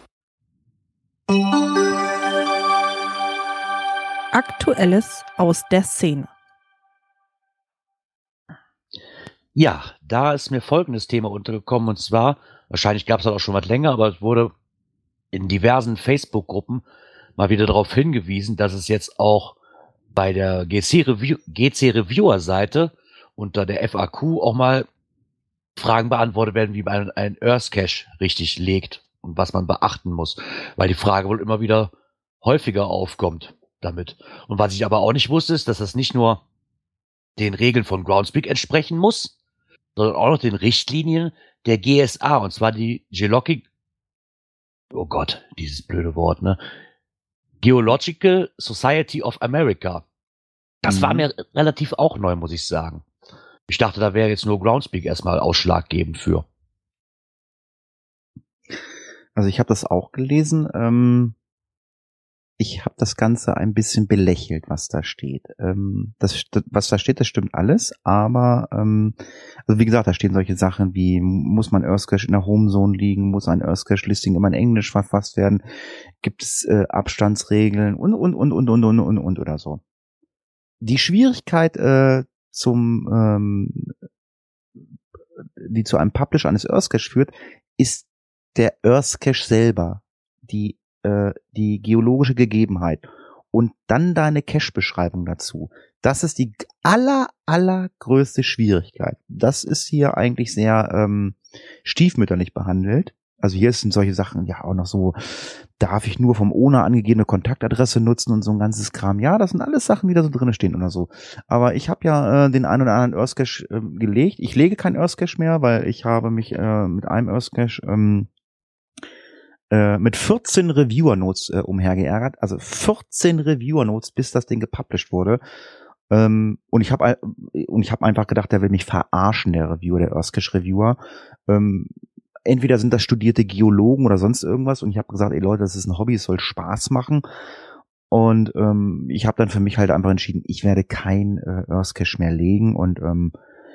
Aktuelles aus der Szene. Ja, da ist mir folgendes Thema untergekommen, und zwar, wahrscheinlich gab es das auch schon was länger, aber es wurde in diversen Facebook-Gruppen mal wieder darauf hingewiesen, dass es jetzt auch bei der G C Review, G C Reviewer Seite unter der F A Q auch mal Fragen beantwortet werden, wie man einen Earth Cache richtig legt und was man beachten muss, weil die Frage wohl immer wieder häufiger aufkommt damit. Und was ich aber auch nicht wusste, ist, dass das nicht nur den Regeln von Groundspeak entsprechen muss, sondern auch noch den Richtlinien der G S A, und zwar die Geologic, oh Gott, dieses blöde Wort, ne? Geological Society of America. Das Mhm. war mir relativ auch neu, muss ich sagen. Ich dachte, da wäre jetzt nur Groundspeak erstmal ausschlaggebend für. Also ich habe das auch gelesen. Ähm, ich habe das Ganze ein bisschen belächelt, was da steht. Ähm, das, was da steht, das stimmt alles, aber ähm, also wie gesagt, da stehen solche Sachen wie, muss man Earthcache in der Homezone liegen, muss ein Earthcache-Listing immer in Englisch verfasst werden, gibt es äh, Abstandsregeln und, und, und, und, und, und, und, und oder so. Die Schwierigkeit äh, zum, ähm, die zu einem Publish eines Earthcache führt, ist der Earthcache selber, die die geologische Gegebenheit und dann deine Cache-Beschreibung dazu. Das ist die aller, allergrößte Schwierigkeit. Das ist hier eigentlich sehr ähm, stiefmütterlich behandelt. Also hier sind solche Sachen ja auch noch so, darf ich nur vom Owner angegebene Kontaktadresse nutzen und so ein ganzes Kram. Ja, das sind alles Sachen, die da so drin stehen oder so. Aber ich habe ja äh, den einen oder anderen Earthcache äh, gelegt. Ich lege keinen Earthcache mehr, weil ich habe mich äh, mit einem Earthcache ähm, mit vierzehn Reviewer-Notes äh, umhergeärgert, also vierzehn Reviewer-Notes, bis das Ding gepublished wurde. Ähm, und ich habe und ich habe einfach gedacht, der will mich verarschen, der Reviewer, der Earthcache-Reviewer. Ähm, entweder sind das studierte Geologen oder sonst irgendwas. Und ich habe gesagt, ey Leute, das ist ein Hobby, es soll Spaß machen. Und ähm, ich habe dann für mich halt einfach entschieden, ich werde kein äh, Earthcache mehr legen. Und ähm,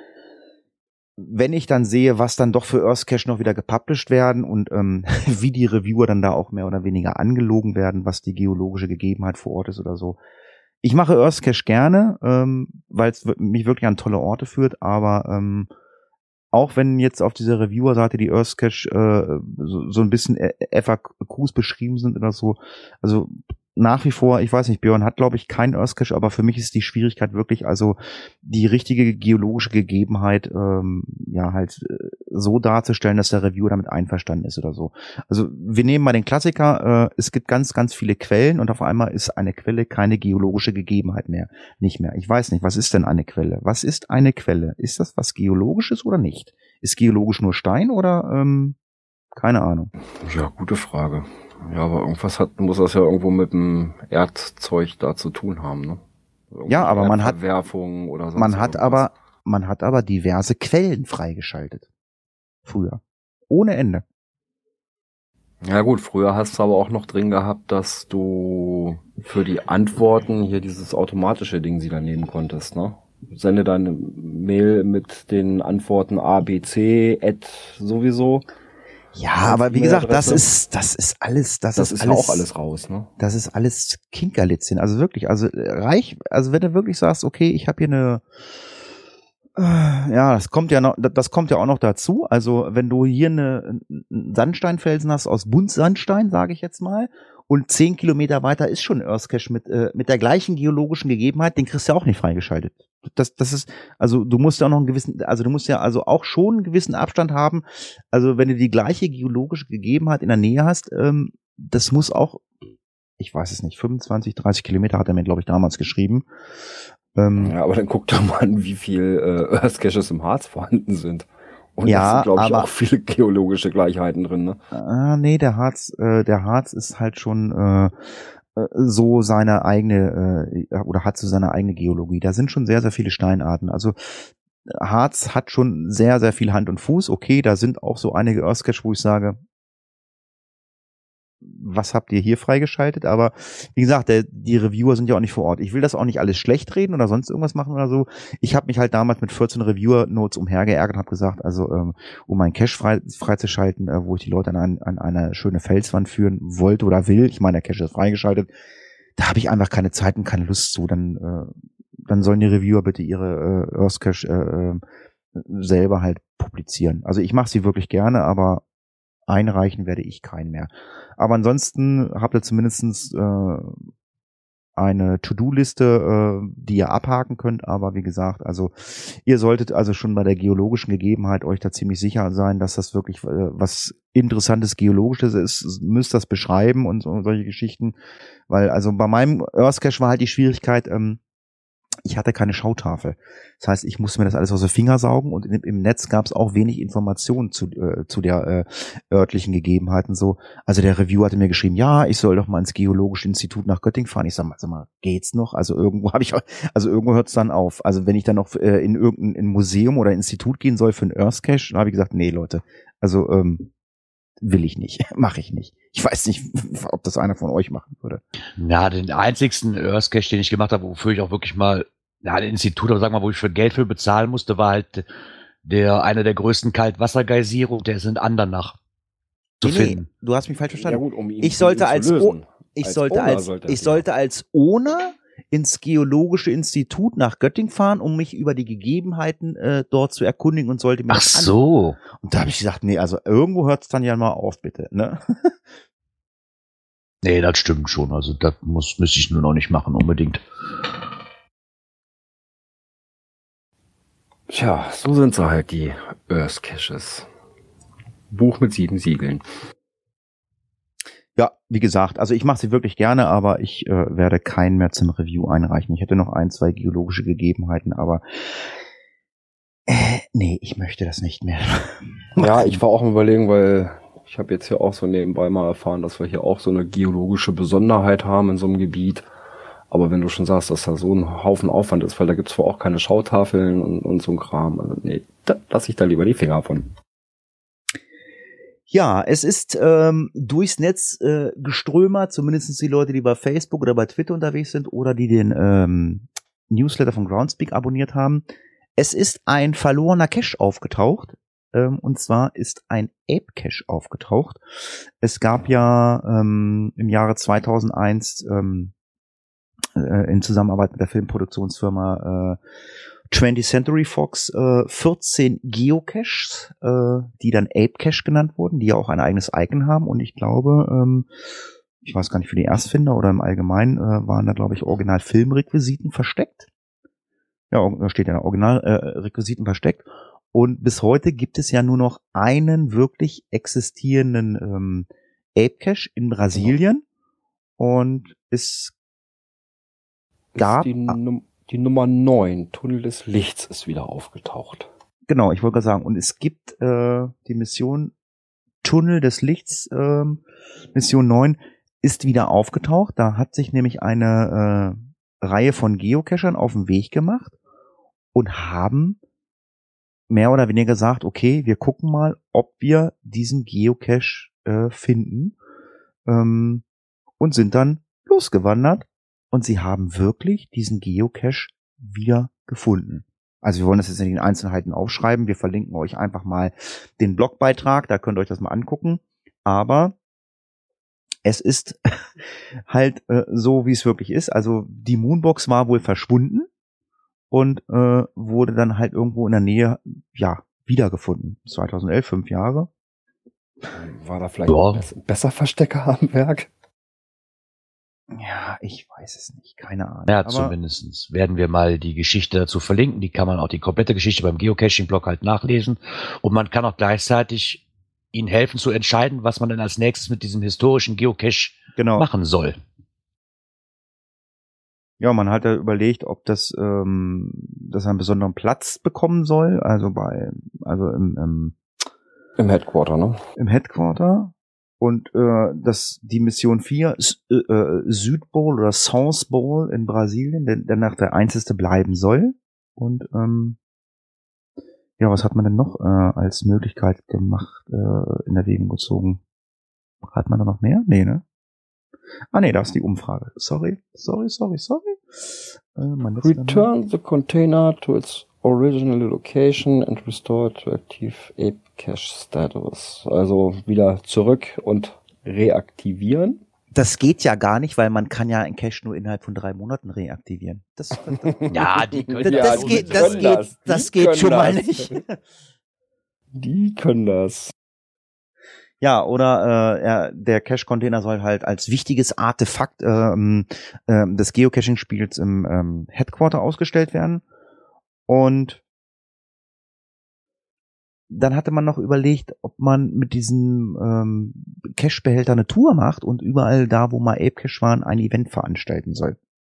wenn ich dann sehe, was dann doch für Earthcache noch wieder gepublished werden und ähm, wie die Reviewer dann da auch mehr oder weniger angelogen werden, was die geologische Gegebenheit vor Ort ist oder so. Ich mache Earthcache gerne, ähm, weil es mich wirklich an tolle Orte führt, aber ähm, auch wenn jetzt auf dieser Reviewer-Seite die Earthcache äh, so, so ein bisschen F A Qs beschrieben sind oder so, also nach wie vor, ich weiß nicht, Björn hat, glaube ich, keinen Earthcache, aber für mich ist die Schwierigkeit wirklich, also die richtige geologische Gegebenheit ähm, ja halt äh, so darzustellen, dass der Reviewer damit einverstanden ist oder so. Also wir nehmen mal den Klassiker, äh, es gibt ganz, ganz viele Quellen und auf einmal ist eine Quelle keine geologische Gegebenheit mehr, nicht mehr. Ich weiß nicht, was ist denn eine Quelle? Was ist eine Quelle? Ist das was Geologisches oder nicht? Ist geologisch nur Stein oder ähm, keine Ahnung? Ja, gute Frage. Ja, aber irgendwas hat, muss das ja irgendwo mit dem Erdzeug da zu tun haben, ne? Irgendwie ja, aber man hat Verwerfungen oder sonst man hat irgendwas. aber man hat aber diverse Quellen freigeschaltet. Früher. Ohne Ende. Ja gut, früher hast du aber auch noch drin gehabt, dass du für die Antworten hier dieses automatische Ding sie dann nehmen konntest, ne? Sende deine Mail mit den Antworten A, B, C, Ad sowieso. Ja, aber wie gesagt, das ist, das ist alles, das, das ist, ist alles, auch alles raus, ne? Das ist alles Kinkerlitzchen. Also wirklich, also reich, also wenn du wirklich sagst, okay, ich habe hier eine, äh, ja, das kommt ja noch, das kommt ja auch noch dazu. Also wenn du hier eine, einen Sandsteinfelsen hast aus Buntsandstein, sage ich jetzt mal, und zehn Kilometer weiter ist schon ein Earthcache mit äh, mit der gleichen geologischen Gegebenheit, den kriegst du ja auch nicht freigeschaltet. Das, das ist, also du musst ja auch noch einen gewissen, also du musst ja also auch schon einen gewissen Abstand haben. Also wenn du die gleiche geologische Gegebenheit in der Nähe hast, ähm, das muss auch, ich weiß es nicht, fünfundzwanzig, dreißig Kilometer hat er mir, glaube ich, damals geschrieben. Ähm, ja, aber dann guck doch mal an, wie viel äh, Earthcaches im Harz vorhanden sind. Und ja, da sind, glaube ich, aber, auch viele geologische Gleichheiten drin, ne? Ah, nee, der Harz, äh, der Harz ist halt schon äh, so seine eigene äh, oder hat so seine eigene Geologie. Da sind schon sehr, sehr viele Steinarten. Also Harz hat schon sehr, sehr viel Hand und Fuß. Okay, da sind auch so einige Earthcache, wo ich sage, was habt ihr hier freigeschaltet? Aber wie gesagt, der, die Reviewer sind ja auch nicht vor Ort. Ich will das auch nicht alles schlecht reden oder sonst irgendwas machen oder so. Ich habe mich halt damals mit vierzehn Reviewer-Notes umhergeärgert und habe gesagt, also ähm, um meinen Cache frei, freizuschalten, äh, wo ich die Leute an, ein, an eine schöne Felswand führen wollte oder will, ich meine, der Cache ist freigeschaltet, da habe ich einfach keine Zeit und keine Lust zu. Dann, äh, dann sollen die Reviewer bitte ihre äh, Earthcache äh, äh, selber halt publizieren. Also ich mache sie wirklich gerne, aber einreichen werde ich keinen mehr. Aber ansonsten habt ihr zumindest äh, eine To-Do-Liste, äh, die ihr abhaken könnt. Aber wie gesagt, also ihr solltet also schon bei der geologischen Gegebenheit euch da ziemlich sicher sein, dass das wirklich äh, was Interessantes Geologisches ist. Müsst das beschreiben und so, solche Geschichten. Weil also bei meinem Earthcache war halt die Schwierigkeit, ähm, ich hatte keine Schautafel. Das heißt, ich musste mir das alles aus den Finger saugen und im, im Netz gab es auch wenig Informationen zu, äh, zu der äh, örtlichen Gegebenheiten. So, also der Reviewer hatte mir geschrieben, ja, ich soll doch mal ins Geologische Institut nach Göttingen fahren. Ich sag mal, sag mal, geht's noch? Also irgendwo habe ich, also irgendwo hört es dann auf. Also wenn ich dann noch äh, in irgendein in Museum oder Institut gehen soll für einen Earthcache, dann habe ich gesagt, nee, Leute, also ähm, will ich nicht, mache ich nicht. Ich weiß nicht, ob das einer von euch machen würde. Ja, den einzigsten Earth Cache, den ich gemacht habe, wofür ich auch wirklich mal, ja, ein Institut, aber sag mal, wo ich für Geld für bezahlen musste, war halt der, einer der größten Kaltwassergeysire, der ist in Andernach zu Nee, nee, finden. du hast mich falsch verstanden. Ja gut, um ihn, Ich sollte um ihn als zu O- lösen. Ich Als sollte Owner als, sollte er ich sie sollte als Owner ins Geologische Institut nach Göttingen fahren, um mich über die Gegebenheiten äh, dort zu erkundigen und sollte mir Ach das an- so. Und da habe ich gesagt, nee, also irgendwo hört es dann ja mal auf, bitte. Ne? Nee, das stimmt schon. Also das muss, müsste ich nur noch nicht machen, unbedingt. Tja, so sind sie halt, die Earth Caches. Buch mit sieben Siegeln. Ja, wie gesagt, also ich mache sie wirklich gerne, aber ich äh, werde keinen mehr zum Review einreichen. Ich hätte noch ein, zwei geologische Gegebenheiten, aber äh, nee, ich möchte das nicht mehr. Ja, ich war auch am Überlegen, weil ich habe jetzt hier auch so nebenbei mal erfahren, dass wir hier auch so eine geologische Besonderheit haben in so einem Gebiet. Aber wenn du schon sagst, dass da so ein Haufen Aufwand ist, weil da gibt's zwar auch keine Schautafeln und, und so ein Kram. Also nee, da lasse ich da lieber die Finger von. Ja, es ist ähm, durchs Netz äh, geströmert, zumindest die Leute, die bei Facebook oder bei Twitter unterwegs sind oder die den ähm, Newsletter von Groundspeak abonniert haben. Es ist ein verlorener Cache aufgetaucht, ähm, und zwar ist ein Ape Cache aufgetaucht. Es gab ja ähm, im Jahre zweitausendeins ähm, äh, in Zusammenarbeit mit der Filmproduktionsfirma äh, twentieth Century Fox äh, vierzehn Geocaches, äh, die dann Ape Cache genannt wurden, die ja auch ein eigenes Icon haben, und ich glaube, ähm, ich weiß gar nicht, für die Erstfinder oder im Allgemeinen äh, waren da, glaube ich, original Filmrequisiten versteckt. Ja, da steht ja original äh, Requisiten versteckt, und bis heute gibt es ja nur noch einen wirklich existierenden ähm, Ape Cache in Brasilien, und es gab Ist die, Num- die Nummer neun, Tunnel des Lichts, ist wieder aufgetaucht. Genau, ich wollte gerade sagen, und es gibt äh, die Mission Tunnel des Lichts, ähm, Mission neun, ist wieder aufgetaucht. Da hat sich nämlich eine äh, Reihe von Geocachern auf den Weg gemacht und haben mehr oder weniger gesagt, okay, wir gucken mal, ob wir diesen Geocache äh, finden, ähm, und sind dann losgewandert, und sie haben wirklich diesen Geocache wieder gefunden. Also wir wollen das jetzt in den Einzelheiten aufschreiben. Wir verlinken euch einfach mal den Blogbeitrag, da könnt ihr euch das mal angucken. Aber es ist halt äh, so, wie es wirklich ist. Also die Moonbox war wohl verschwunden und äh, wurde dann halt irgendwo in der Nähe, ja, wiedergefunden. zweitausendelf, fünf Jahre. War da vielleicht Ja. ein bess- besser Verstecker am Werk? Ja, ich weiß es nicht, keine Ahnung. Ja, Aber zumindestens werden wir mal die Geschichte dazu verlinken. Die kann man auch die komplette Geschichte beim Geocaching-Blog halt nachlesen. Und man kann auch gleichzeitig ihnen helfen zu entscheiden, was man denn als nächstes mit diesem historischen Geocache genau. machen soll. Ja, man hat ja überlegt, ob das, ähm, das einen besonderen Platz bekommen soll, also bei, also im, im, Im Headquarter, ne? im Headquarter. Und äh, das die Mission vier, S- äh, äh, Südbowl oder South Bowl in Brasilien, der danach der einzigste bleiben soll. Und ähm, ja, was hat man denn noch äh, als Möglichkeit gemacht, äh, in Erwägung gezogen? Hat man da noch mehr? Nee, ne? Ah nee, da ist die Umfrage. Sorry, sorry, sorry, sorry. Äh, mein letzter- Return the container to its original location and restore to active Ape Cache status. Also wieder zurück und reaktivieren. Das geht ja gar nicht, weil man kann ja einen Cache nur innerhalb von drei Monaten reaktivieren. Das, Ja, die können das, Ja, das die geht, das können geht, das. das Die geht können schon mal das. nicht. Die können das. Ja, oder äh, ja, der Cache-Container soll halt als wichtiges Artefakt ähm, ähm, des Geocaching-Spiels im ähm, Headquarter ausgestellt werden. Und dann hatte man noch überlegt, ob man mit diesem ähm, Cache-Behälter eine Tour macht und überall da, wo mal Ape-Cache waren, ein Event veranstalten soll.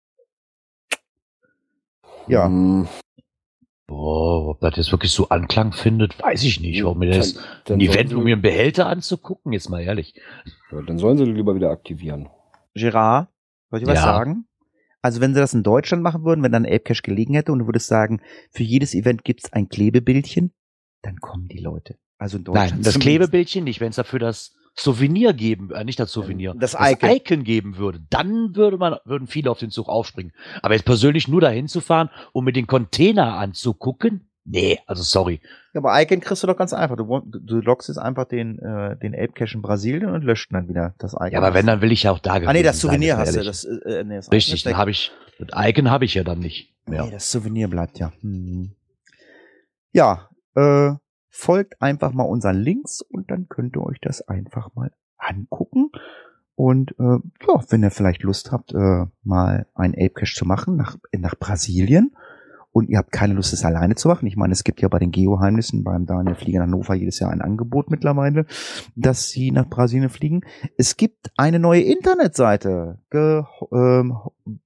Ja. Hm, Boah, ob das jetzt wirklich so Anklang findet, weiß ich nicht. Warum mir das dann- ein dann Event, sollen um sie- mir einen Behälter anzugucken, jetzt mal ehrlich. Ja, dann sollen sie lieber wieder aktivieren. Gerard, soll ich was Ja. sagen? Also wenn sie das in Deutschland machen würden, wenn dann Ape-Cache gelegen hätte und du würdest sagen, für jedes Event gibt's ein Klebebildchen, dann kommen die Leute. Also in Deutschland Nein, das zumindest. Klebebildchen nicht. Wenn es dafür das Souvenir geben, äh, nicht das Souvenir, Das das Icon. Icon geben würde, dann würde man, würden viele auf den Zug aufspringen. Aber jetzt persönlich nur dahin zu fahren, um mir den Container anzugucken, nee, also sorry. Ja, aber Icon kriegst du doch ganz einfach. Du, du, du loggst jetzt einfach den, äh, den Ape Cache in Brasilien und löscht dann wieder das Icon. Ja, aber wenn, dann will ich ja auch da gewesen Ah, nee, das sein, Souvenir jetzt hast du. ehrlich. Das, äh, nee, das Richtig, Icon dann ist habe ich, das Icon habe ich ja dann nicht mehr. Nee, das Souvenir bleibt ja. Hm. Ja, äh, folgt einfach mal unseren Links und dann könnt ihr euch das einfach mal angucken. Und äh, ja, wenn ihr vielleicht Lust habt, äh, mal einen Ape Cache zu machen nach, nach Brasilien und ihr habt keine Lust, es alleine zu machen. Ich meine, es gibt ja bei den Geoheimnissen beim Daniel Flieger in Hannover jedes Jahr ein Angebot mittlerweile, dass sie nach Brasilien fliegen. Es gibt eine neue Internetseite ge, ähm,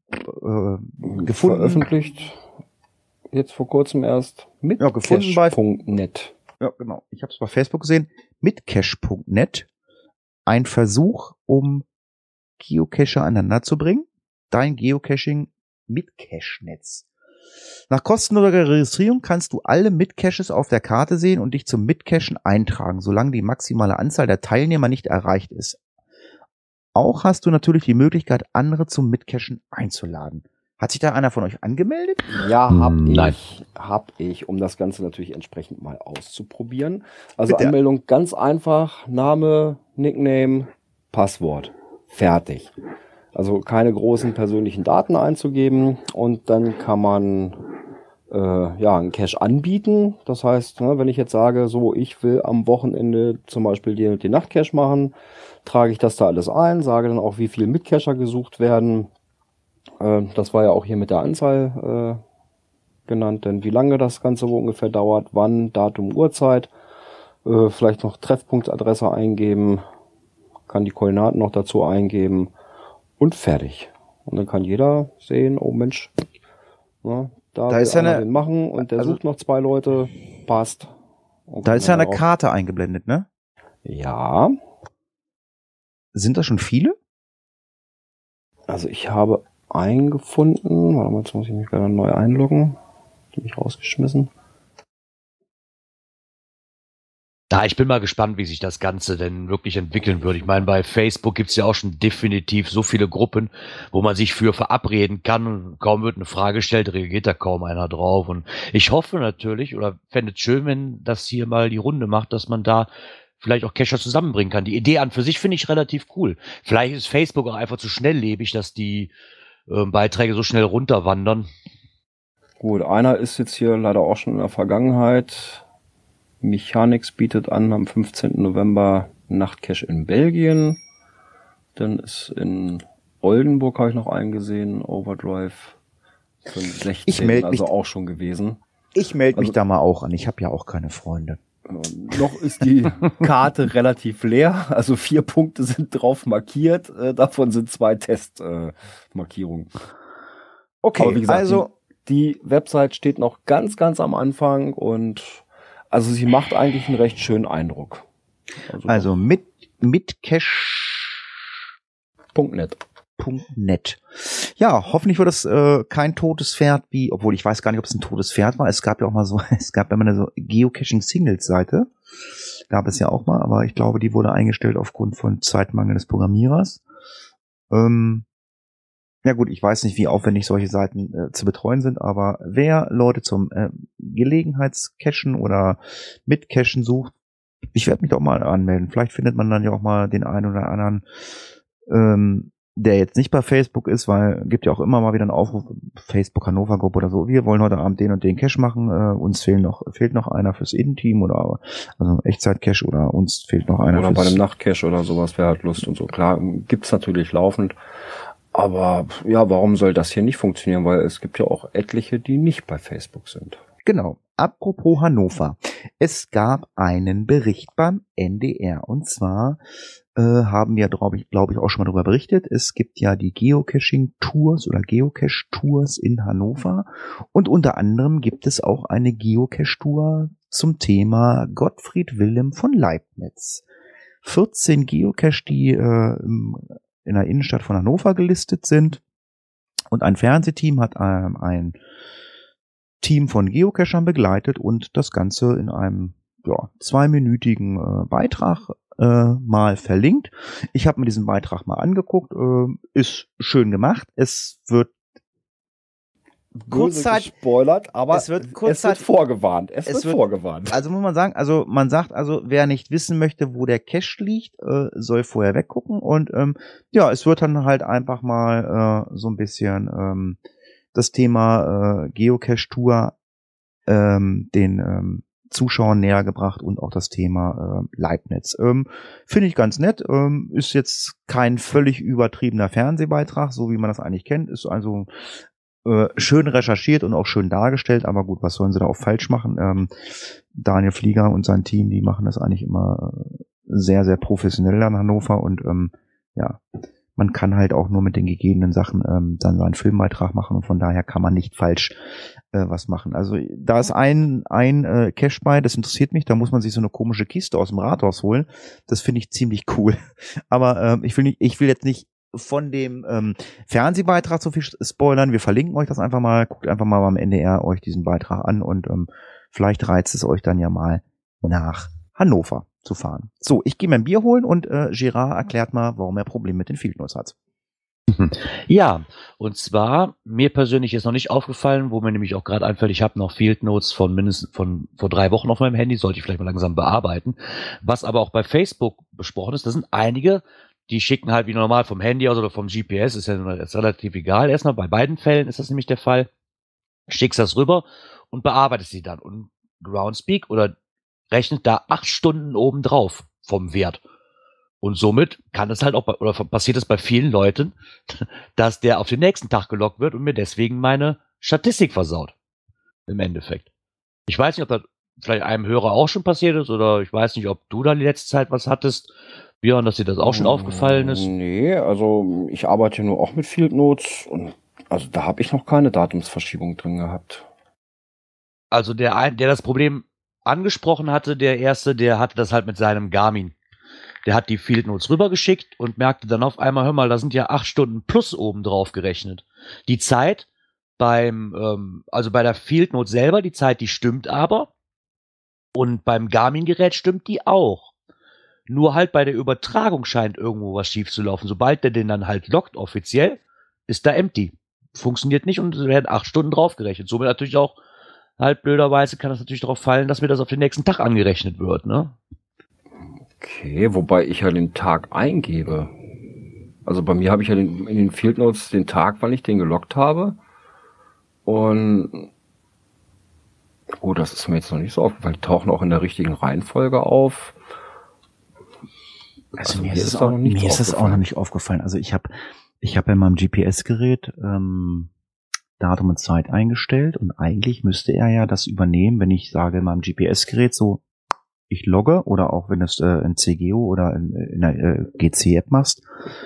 äh, gefunden. Veröffentlicht jetzt vor kurzem erst mit Ja, gefunden bei- cache Punkt net. Ja, genau. Ich habe es bei Facebook gesehen. Mit cache Punkt net. Ein Versuch, um Geocacher aneinander zu bringen. Dein Geocaching mit Cache-Netz. Nach kostenloser Registrierung kannst du alle Mitcaches auf der Karte sehen und dich zum Mitcachen eintragen, solange die maximale Anzahl der Teilnehmer nicht erreicht ist. Auch hast du natürlich die Möglichkeit, andere zum Mitcachen einzuladen. Hat sich da einer von euch angemeldet? Ja, hab Nein. ich, hab ich, um das Ganze natürlich entsprechend mal auszuprobieren. Also Bitte. Anmeldung ganz einfach, Name, Nickname, Passwort. Fertig. Also keine großen persönlichen Daten einzugeben und dann kann man äh, ja einen Cache anbieten. Das heißt, ne, wenn ich jetzt sage, so ich will am Wochenende zum Beispiel den, den Nachtcache machen, trage ich das da alles ein, sage dann auch, wie viel Mitcacher gesucht werden. Das war ja auch hier mit der Anzahl äh, genannt, denn wie lange das Ganze wo ungefähr dauert, wann, Datum, Uhrzeit, äh, vielleicht noch Treffpunktadresse eingeben, kann die Koordinaten noch dazu eingeben und fertig. Und dann kann jeder sehen, oh Mensch, ne, da, Da will ist ja einer eine- den machen und der also- sucht noch zwei Leute, passt. Und Da kann ist ja dann eine darauf- Karte eingeblendet, ne? Ja, Sind das schon viele? also ich habe einen gefunden, warte mal, jetzt muss ich mich gerade neu einloggen, bin ich rausgeschmissen. Da, ich bin mal gespannt, wie sich das Ganze denn wirklich entwickeln wird. Ich meine, bei Facebook gibt's ja auch schon definitiv so viele Gruppen, wo man sich für verabreden kann und kaum wird eine Frage gestellt, reagiert da kaum einer drauf. Und ich hoffe natürlich, oder fände es schön, wenn das hier mal die Runde macht, dass man da vielleicht auch Cacher zusammenbringen kann. Die Idee an für sich finde ich relativ cool. Vielleicht ist Facebook auch einfach zu schnelllebig, dass die äh, Beiträge so schnell runterwandern. Gut, einer ist jetzt hier leider auch schon in der Vergangenheit. Mechanics bietet an am fünfzehnten November Nachtcache in Belgien. Dann ist in Oldenburg, habe ich noch einen gesehen, Overdrive für den sechzehnten Ich meld mich- also auch schon gewesen. Ich melde mich Also- da mal auch an. Ich habe ja auch keine Freunde. Äh, noch ist die Karte relativ leer, also vier Punkte sind drauf markiert, äh, davon sind zwei Testmarkierungen. Äh, Markierungen. Okay, Aber wie gesagt, also die, die Website steht noch ganz, ganz am Anfang und also sie macht eigentlich einen recht schönen Eindruck. also mit mit cache Punkt net. Punkt net. Ja, hoffentlich wird es äh, kein totes Pferd wie, obwohl ich weiß gar nicht, ob es ein totes Pferd war. Es gab ja auch mal so, es gab ja mal eine so Geocaching-Singles-Seite. Gab es ja auch mal, aber ich glaube, die wurde eingestellt aufgrund von Zeitmangel des Programmierers. Ähm, ja gut, ich weiß nicht, wie aufwendig solche Seiten äh, zu betreuen sind, aber wer Leute zum äh, Gelegenheitscachen oder Mitcachen sucht, ich werde mich doch mal anmelden. Vielleicht findet man dann ja auch mal den einen oder anderen, ähm, der jetzt nicht bei Facebook ist, weil gibt ja auch immer mal wieder einen Aufruf, Facebook Hannover Gruppe oder so, wir wollen heute Abend den und den Cache machen, äh, uns fehlen noch, fehlt noch einer fürs Innenteam oder also Echtzeit-Cache oder uns fehlt noch einer Oder bei fürs einem Nachtcache oder sowas, wer hat Lust und so. Klar, gibt's natürlich laufend. Aber ja, warum soll das hier nicht funktionieren? Weil es gibt ja auch etliche, die nicht bei Facebook sind. Genau. Apropos Hannover. Es gab einen Bericht beim N D R. Und zwar äh, haben wir, glaube ich, glaube ich, auch schon mal darüber berichtet. Es gibt ja die Geocaching-Tours oder Geocache-Tours in Hannover. Und unter anderem gibt es auch eine Geocache-Tour zum Thema Gottfried Wilhelm von Leibniz. vierzehn Geocache, die äh, im in der Innenstadt von Hannover gelistet sind. Und ein Fernsehteam hat ähm, ein Team von Geocachern begleitet und das Ganze in einem ja, zweiminütigen äh, Beitrag äh, mal verlinkt. Ich habe mir diesen Beitrag mal angeguckt. Äh, ist schön gemacht. Es wird Kurzzeit gespoilert, aber es wird, Kurzzeit, es wird vorgewarnt. Es, es wird, wird vorgewarnt. Also muss man sagen, also man sagt also, wer nicht wissen möchte, wo der Cache liegt, äh, soll vorher weggucken und ähm, ja, es wird dann halt einfach mal äh, so ein bisschen ähm, das Thema äh, Geocache-Tour ähm, den ähm, Zuschauern näher gebracht und auch das Thema äh, Leibniz. Ähm, Finde ich ganz nett. Ähm, ist jetzt kein völlig übertriebener Fernsehbeitrag, so wie man das eigentlich kennt. Ist also Äh, schön recherchiert und auch schön dargestellt, aber gut, was sollen sie da auch falsch machen? Ähm, Daniel Flieger und sein Team, die machen das eigentlich immer sehr, sehr professionell an Hannover und ähm, ja, man kann halt auch nur mit den gegebenen Sachen ähm, dann seinen Filmbeitrag machen und von daher kann man nicht falsch äh, was machen. Also da ist ein ein äh, Cache bei, das interessiert mich, da muss man sich so eine komische Kiste aus dem Rathaus holen. Das finde ich ziemlich cool. Aber ähm, ich will nicht, ich will jetzt nicht von dem ähm, Fernsehbeitrag so viel spoilern. Wir verlinken euch das einfach mal. Guckt einfach mal beim N D R euch diesen Beitrag an und ähm, vielleicht reizt es euch dann ja mal nach Hannover zu fahren. So, ich gehe mir ein Bier holen und äh, Gerard erklärt mal, warum er Probleme mit den Field Notes hat. Ja, und zwar, mir persönlich ist noch nicht aufgefallen, wo mir nämlich auch gerade einfällt, ich habe noch Field Notes von mindestens von vor drei Wochen auf meinem Handy, sollte ich vielleicht mal langsam bearbeiten. Was aber auch bei Facebook besprochen ist, das sind einige, die schicken halt wie normal vom Handy aus oder vom G P S, ist ja ist relativ egal. Erstmal bei beiden Fällen ist das nämlich der Fall. Schickst das rüber und bearbeitest sie dann. Und Groundspeak oder rechnet da acht Stunden oben drauf vom Wert. Und somit kann es halt auch bei, oder passiert es bei vielen Leuten, dass der auf den nächsten Tag gelockt wird und mir deswegen meine Statistik versaut. Im Endeffekt. Ich weiß nicht, ob das vielleicht einem Hörer auch schon passiert ist oder ich weiß nicht, ob du da die letzte Zeit was hattest. Björn, dass dir das auch schon aufgefallen ist? Nee, also ich arbeite nur auch mit Field Notes und also da habe ich noch keine Datumsverschiebung drin gehabt. Also der, ein, der das Problem angesprochen hatte, der erste, der hatte das halt mit seinem Garmin. Der hat die Field Notes rübergeschickt und merkte dann auf einmal, hör mal, da sind ja acht Stunden plus oben drauf gerechnet. Die Zeit beim, ähm, also bei der Field Note selber, die Zeit, die stimmt aber. Und beim Garmin-Gerät stimmt die auch. Nur halt bei der Übertragung scheint irgendwo was schief zu laufen. Sobald der den dann halt lockt, offiziell, ist da empty. Funktioniert nicht und es werden acht Stunden draufgerechnet. Somit natürlich auch, halt blöderweise kann das natürlich darauf fallen, dass mir das auf den nächsten Tag angerechnet wird, ne? Okay, wobei ich ja den Tag eingebe. Also bei mir habe ich ja den, in den Field Notes den Tag, wann ich den gelockt habe. Und oh, das ist mir jetzt noch nicht so aufgefallen. Die tauchen auch in der richtigen Reihenfolge auf. Also, also mir ist, ist, auch, mir ist das auch noch nicht aufgefallen. Also ich habe ich habe in meinem G P S-Gerät ähm, Datum und Zeit eingestellt und eigentlich müsste er ja das übernehmen, wenn ich sage in meinem G P S-Gerät so, ich logge oder auch wenn es äh, in C G O oder in, in der äh, G C-App machst,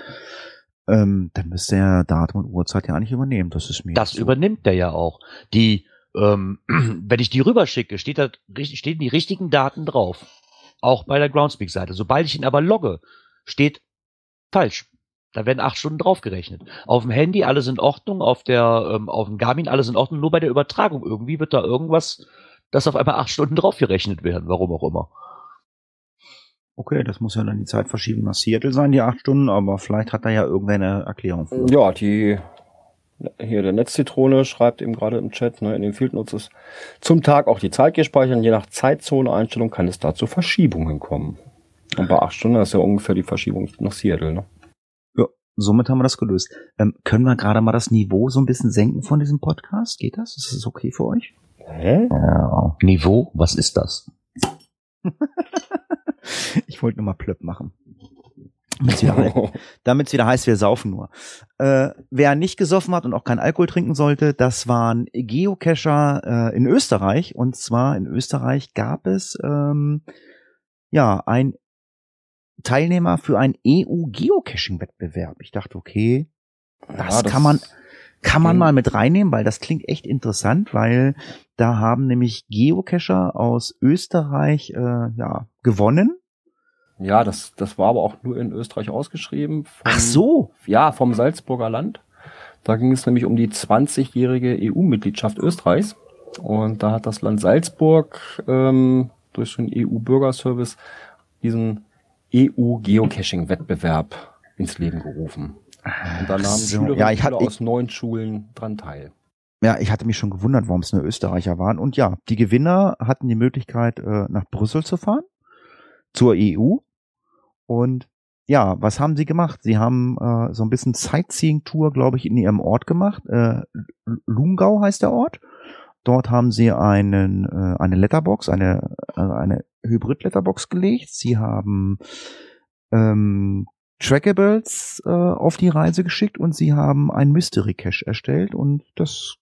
ähm, dann müsste er Datum und Uhrzeit ja eigentlich übernehmen. Das ist mir Das so. Übernimmt der ja auch. Die, ähm, wenn ich die rüberschicke, steht da, stehen die richtigen Daten drauf. Auch bei der Groundspeak-Seite. Sobald ich ihn aber logge, steht falsch. Da werden acht Stunden draufgerechnet. Auf dem Handy alles in Ordnung, auf der, ähm, auf dem Garmin alles in Ordnung, nur bei der Übertragung irgendwie wird da irgendwas, dass auf einmal acht Stunden draufgerechnet werden, warum auch immer. Okay, das muss ja dann die Zeitverschiebung nach Seattle sein, die acht Stunden, aber vielleicht hat da ja irgendwer eine Erklärung für. Ja, die, hier der Netzzitrone schreibt eben gerade im Chat, ne, in den Field Notes ist zum Tag auch die Zeit gespeichert und je nach Zeitzone-Einstellung kann es da zu Verschiebungen kommen. Und bei acht Stunden ist ja ungefähr die Verschiebung nach Seattle, ne? Ja, somit haben wir das gelöst. Ähm, können wir gerade mal das Niveau so ein bisschen senken von diesem Podcast? Geht das? Ist das okay für euch? Hä? Ja. Niveau? Was ist das? Ich wollte nur mal plöpp machen. Damit es wieder heißt, wir saufen nur. Äh, wer nicht gesoffen hat und auch keinen Alkohol trinken sollte, das waren Geocacher äh, in Österreich. Und zwar in Österreich gab es ähm, ja ein Teilnehmer für einen E U-Geocaching-Wettbewerb. Ich dachte, okay, das, ja, das kann man kann man mal mit reinnehmen, weil das klingt echt interessant, weil da haben nämlich Geocacher aus Österreich äh, ja gewonnen. Ja, das das war aber auch nur in Österreich ausgeschrieben. Vom, Ach so. Ja, vom Salzburger Land. Da ging es nämlich um die zwanzigjährige E U-Mitgliedschaft Österreichs. Und da hat das Land Salzburg ähm, durch den E U-Bürgerservice diesen E U-Geocaching-Wettbewerb ins Leben gerufen. Und da nahmen So, Schülerinnen ja, ich und Schüler hatte- aus neun Schulen dran teil. Ja, ich hatte mich schon gewundert, warum es nur Österreicher waren. Und ja, die Gewinner hatten die Möglichkeit, äh, nach Brüssel zu fahren, zur E U. Und ja, was haben sie gemacht? Sie haben äh, so ein bisschen Sightseeing-Tour, glaube ich, in ihrem Ort gemacht. Äh, Lungau heißt der Ort. Dort haben sie einen äh, eine Letterbox, eine äh, eine Hybrid-Letterbox gelegt. Sie haben ähm, Trackables äh, auf die Reise geschickt und sie haben ein Mystery Cache erstellt und das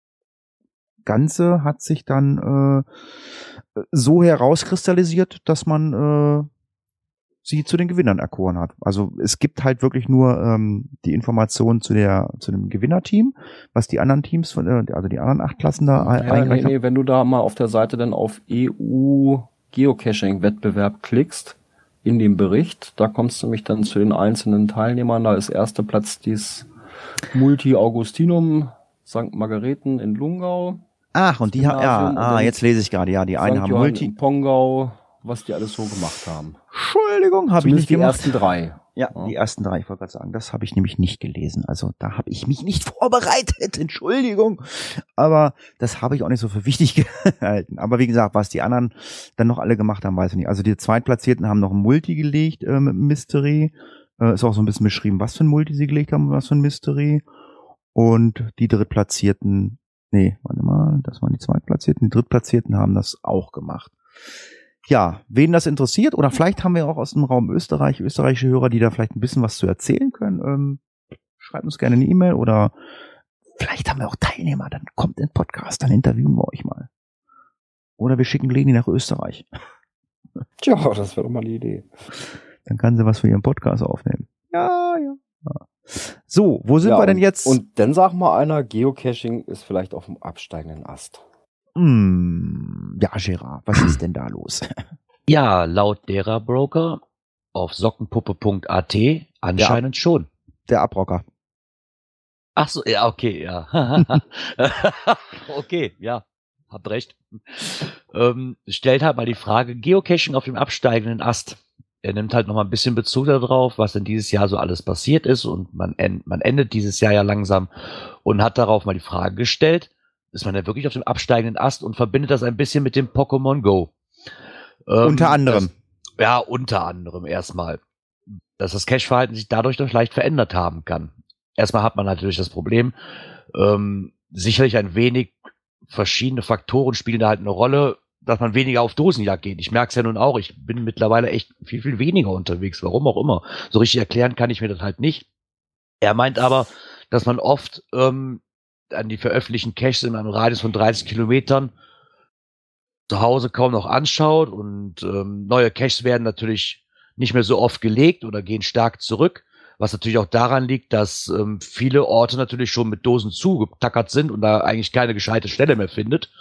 Ganze hat sich dann äh, so herauskristallisiert, dass man äh, sie zu den Gewinnern erkoren hat. Also es gibt halt wirklich nur ähm, die Informationen zu der zu dem Gewinnerteam, was die anderen Teams von äh, also die anderen acht Klassen da Ja, nee, eingereicht haben. nee, wenn du da mal auf der Seite dann auf E U-Geocaching-Wettbewerb klickst, in dem Bericht, da kommst du nämlich dann zu den einzelnen Teilnehmern. Da ist erster Platz dies Multi-Augustinum Sankt Margareten in Lungau. Ach, und die haben ja, Gymnasium und ah, dann jetzt lese ich gerade, ja, die einen Sankt haben Johann Multi. in Pongau, was die alles so gemacht haben. Entschuldigung, habe ich Zumindest nicht die gemacht. ersten drei. Ja, Ja. die ersten drei, ich wollte gerade sagen, das habe ich nämlich nicht gelesen. Also da habe ich mich nicht vorbereitet, Entschuldigung. Aber das habe ich auch nicht so für wichtig gehalten. Aber wie gesagt, was die anderen dann noch alle gemacht haben, weiß ich nicht. Also die Zweitplatzierten haben noch ein Multi gelegt äh, mit einem Mystery. Äh, ist auch so ein bisschen beschrieben, was für ein Multi sie gelegt haben und was für ein Mystery. Und die Drittplatzierten, nee, warte mal, das waren die Zweitplatzierten. Die Drittplatzierten haben das auch gemacht. Ja, wen das interessiert, oder vielleicht haben wir auch aus dem Raum Österreich, österreichische Hörer, die da vielleicht ein bisschen was zu erzählen können, ähm, schreibt uns gerne eine E-Mail oder vielleicht haben wir auch Teilnehmer, dann kommt in den Podcast, dann interviewen wir euch mal. Oder wir schicken Leni nach Österreich. Tja, das wäre doch mal die Idee. Dann kann sie was für ihren Podcast aufnehmen. Ja, ja. ja. So, wo sind Ja, wir denn und- jetzt? Und dann sag mal einer, Geocaching ist vielleicht auf dem absteigenden Ast. Hm, ja, Gerard, was ist denn da los? Ja, laut derer Broker auf sockenpuppe punkt a t anscheinend schon. Der Abrocker. Ach so, ja, okay, ja. Okay, ja, habt recht. Ähm, stellt halt mal die Frage, Geocaching auf dem absteigenden Ast. Er nimmt halt noch mal ein bisschen Bezug darauf, was denn dieses Jahr so alles passiert ist und man, end, man endet dieses Jahr ja langsam und hat darauf mal die Frage gestellt, ist man denn wirklich auf dem absteigenden Ast und verbindet das ein bisschen mit dem Pokémon Go? Ähm, Unter anderem. Das, ja, unter anderem erstmal. Dass das Cache-Verhalten sich dadurch noch leicht verändert haben kann. Erstmal hat man natürlich das Problem, ähm, sicherlich ein wenig verschiedene Faktoren spielen da halt eine Rolle, dass man weniger auf Dosenjagd geht. Ich merke es ja nun auch, ich bin mittlerweile echt viel, viel weniger unterwegs, warum auch immer. So richtig erklären kann ich mir das halt nicht. Er meint aber, dass man oft ähm, an die veröffentlichten Caches in einem Radius von dreißig Kilometern zu Hause kaum noch anschaut und ähm, neue Caches werden natürlich nicht mehr so oft gelegt oder gehen stark zurück, was natürlich auch daran liegt, dass ähm, viele Orte natürlich schon mit Dosen zugetackert sind und da eigentlich keine gescheite Stelle mehr findet.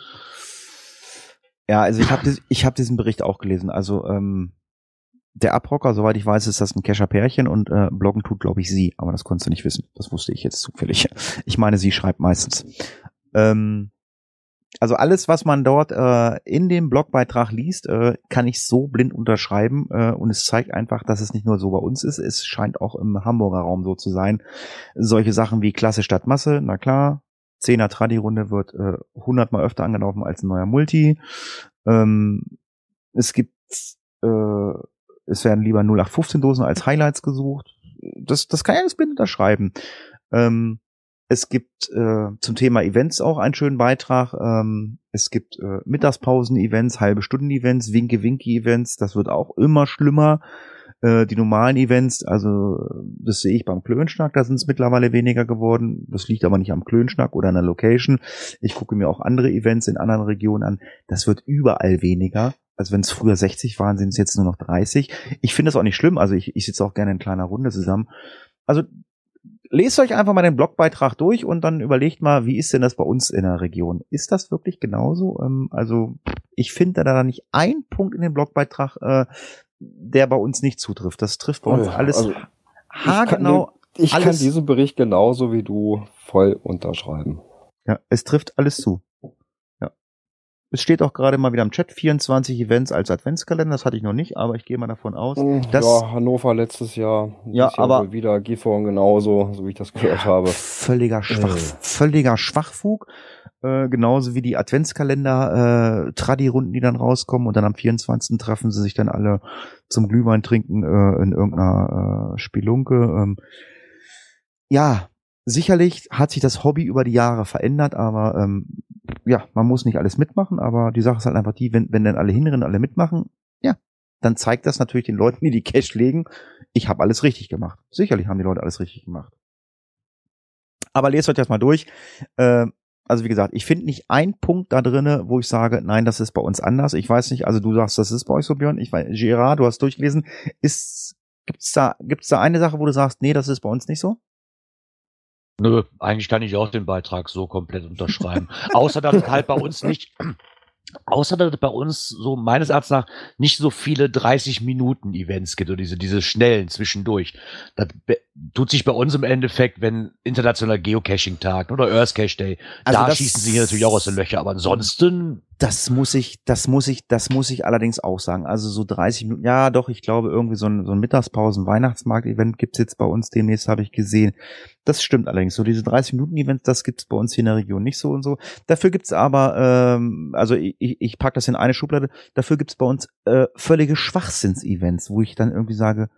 Ja, also ich habe ich hab diesen Bericht auch gelesen. Also ähm, der Abrocker, soweit ich weiß, ist das ein Kescher-Pärchen und äh, bloggen tut, glaube ich, sie. Aber das konntest du nicht wissen. Das wusste ich jetzt zufällig. Ich meine, sie schreibt meistens. Ähm, also alles, was man dort äh, in dem Blogbeitrag liest, äh, kann ich so blind unterschreiben. Äh, und es zeigt einfach, dass es nicht nur so bei uns ist. Es scheint auch im Hamburger Raum so zu sein. Solche Sachen wie Klasse statt Masse, na klar. Zehner Tradi-Runde wird äh, hundertmal öfter angelaufen als ein neuer Multi. Ähm, es gibt, äh, es werden lieber null acht fünfzehn Dosen als Highlights gesucht. Das, das kann ich alles blind unterschreiben. Ähm, es gibt äh, zum Thema Events auch einen schönen Beitrag. Ähm, es gibt äh, Mittagspausen-Events, halbe Stunden-Events, Winke-Winke-Events. Das wird auch immer schlimmer. Äh, die normalen Events, also das sehe ich beim Klönschnack, da sind es mittlerweile weniger geworden. Das liegt aber nicht am Klönschnack oder an der Location. Ich gucke mir auch andere Events in anderen Regionen an. Das wird überall weniger. Also wenn es früher sechzig waren, sind es jetzt nur noch dreißig. Ich finde das auch nicht schlimm. Also ich, ich sitze auch gerne in kleiner Runde zusammen. Also lest euch einfach mal den Blogbeitrag durch und dann überlegt mal, wie ist denn das bei uns in der Region? Ist das wirklich genauso? Ähm, also ich finde da nicht ein Punkt in dem Blogbeitrag, äh, der bei uns nicht zutrifft. Das trifft bei uns Oh ja, alles also haargenau. Ich kann alles, diesen Bericht genauso wie du voll unterschreiben. Ja, es trifft alles zu. Ja. Es steht auch gerade mal wieder im Chat, vierundzwanzig Events als Adventskalender, das hatte ich noch nicht, aber ich gehe mal davon aus, dass... Ja, Hannover letztes Jahr, ja, Jahr aber wieder, Gifhorn genauso, so wie ich das gehört habe. Völliger Schwach, Äh. völliger Schwachfug, äh, genauso wie die Adventskalender, äh, Tradi-Runden, die dann rauskommen und dann am vierundzwanzigsten treffen sie sich dann alle zum Glühwein trinken äh, in irgendeiner äh, Spelunke. Ähm, ja, sicherlich hat sich das Hobby über die Jahre verändert, aber ähm, ja, man muss nicht alles mitmachen, aber die Sache ist halt einfach die, wenn, wenn dann alle hinrennen, alle mitmachen, ja, dann zeigt das natürlich den Leuten, die die Cash legen, ich habe alles richtig gemacht. Sicherlich haben die Leute alles richtig gemacht. Aber lest euch das mal durch. Äh, also wie gesagt, ich finde nicht einen Punkt da drinne, wo ich sage, nein, das ist bei uns anders. Ich weiß nicht, also du sagst, das ist bei euch so, Björn. Ich weiß, Gerard, du hast durchgelesen. Ist, gibt's da, gibt's da eine Sache, wo du sagst, nee, das ist bei uns nicht so? Nö, eigentlich kann ich auch den Beitrag so komplett unterschreiben. Außer, dass es halt bei uns nicht, außer, dass es bei uns so meines Erachtens nach nicht so viele dreißig-Minuten-Events gibt oder diese, diese schnellen zwischendurch. Das be- tut sich bei uns im Endeffekt, wenn internationaler Geocaching-Tag oder Earth Cache Day, Also da das- schießen sie hier natürlich auch aus den Löchern, aber ansonsten, Das muss ich, das muss ich, das muss ich allerdings auch sagen. Also so dreißig Minuten, ja doch, ich glaube irgendwie so ein, so ein Mittagspausen-Weihnachtsmarkt-Event gibt's jetzt bei uns demnächst, habe ich gesehen. Das stimmt allerdings. So diese dreißig-Minuten-Events, das gibt's bei uns hier in der Region nicht so und so. Dafür gibt's aber, ähm, also ich, ich pack das in eine Schublade, dafür gibt's bei uns äh, völlige Schwachsinns-Events, wo ich dann irgendwie sage,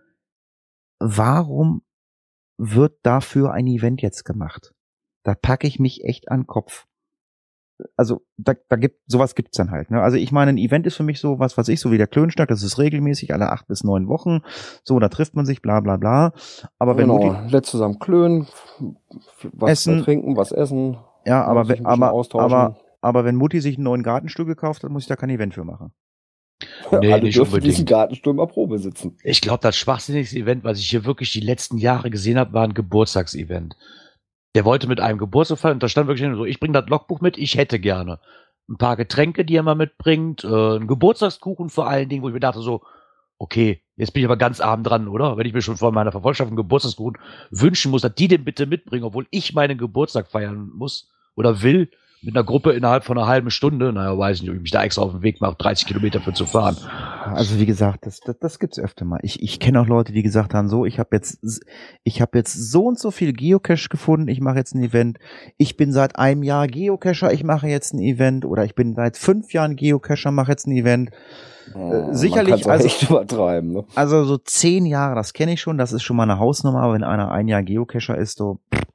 warum wird dafür ein Event jetzt gemacht? Da packe ich mich echt an den Kopf. Also da, da gibt sowas gibt's dann halt. Ne? Also ich meine, ein Event ist für mich so was, was ich so wie der Klönschnack, das ist regelmäßig alle acht bis neun Wochen. So, da trifft man sich, bla bla bla. Aber wenn Genau, Mutti, letzt zusammen klönen, was Essen. trinken, was essen. ja, aber sich wenn, ein bisschen aber, austauschen. aber aber wenn Mutti sich einen neuen Gartenstuhl gekauft hat, muss ich da kein Event für machen. nee, Alle nicht dürfen diesen unbedingt. Gartenstuhl mal Probe sitzen. Ich glaube, das schwachsinnigste Event, was ich hier wirklich die letzten Jahre gesehen habe, war ein Geburtstagsevent. Der wollte mit einem Geburtstag feiern und da stand wirklich so, ich bringe das Logbuch mit, ich hätte gerne ein paar Getränke, die er mal mitbringt, äh, einen Geburtstagskuchen vor allen Dingen, wo ich mir dachte so, okay, jetzt bin ich aber ganz arm dran, oder? Wenn ich mir schon von meiner Verfolgschaft einen Geburtstagskuchen wünschen muss, dass die den bitte mitbringen, obwohl ich meinen Geburtstag feiern muss oder will, mit einer Gruppe innerhalb von einer halben Stunde, naja, weiß ich nicht, ob ich mich da extra auf den Weg mache, dreißig Kilometer für zu fahren. Also wie gesagt, das, das, das gibt's öfter mal. Ich, ich kenne auch Leute, die gesagt haben, so, ich habe jetzt, ich habe jetzt so und so viel Geocache gefunden, ich mache jetzt ein Event. Ich bin seit einem Jahr Geocacher, ich mache jetzt ein Event. Oder ich bin seit fünf Jahren Geocacher, mache jetzt ein Event. Äh, sicherlich, Man kann's auch also- echt übertreiben. Ne? Also so zehn Jahre, das kenne ich schon, das ist schon mal eine Hausnummer, aber wenn einer ein Jahr Geocacher ist, so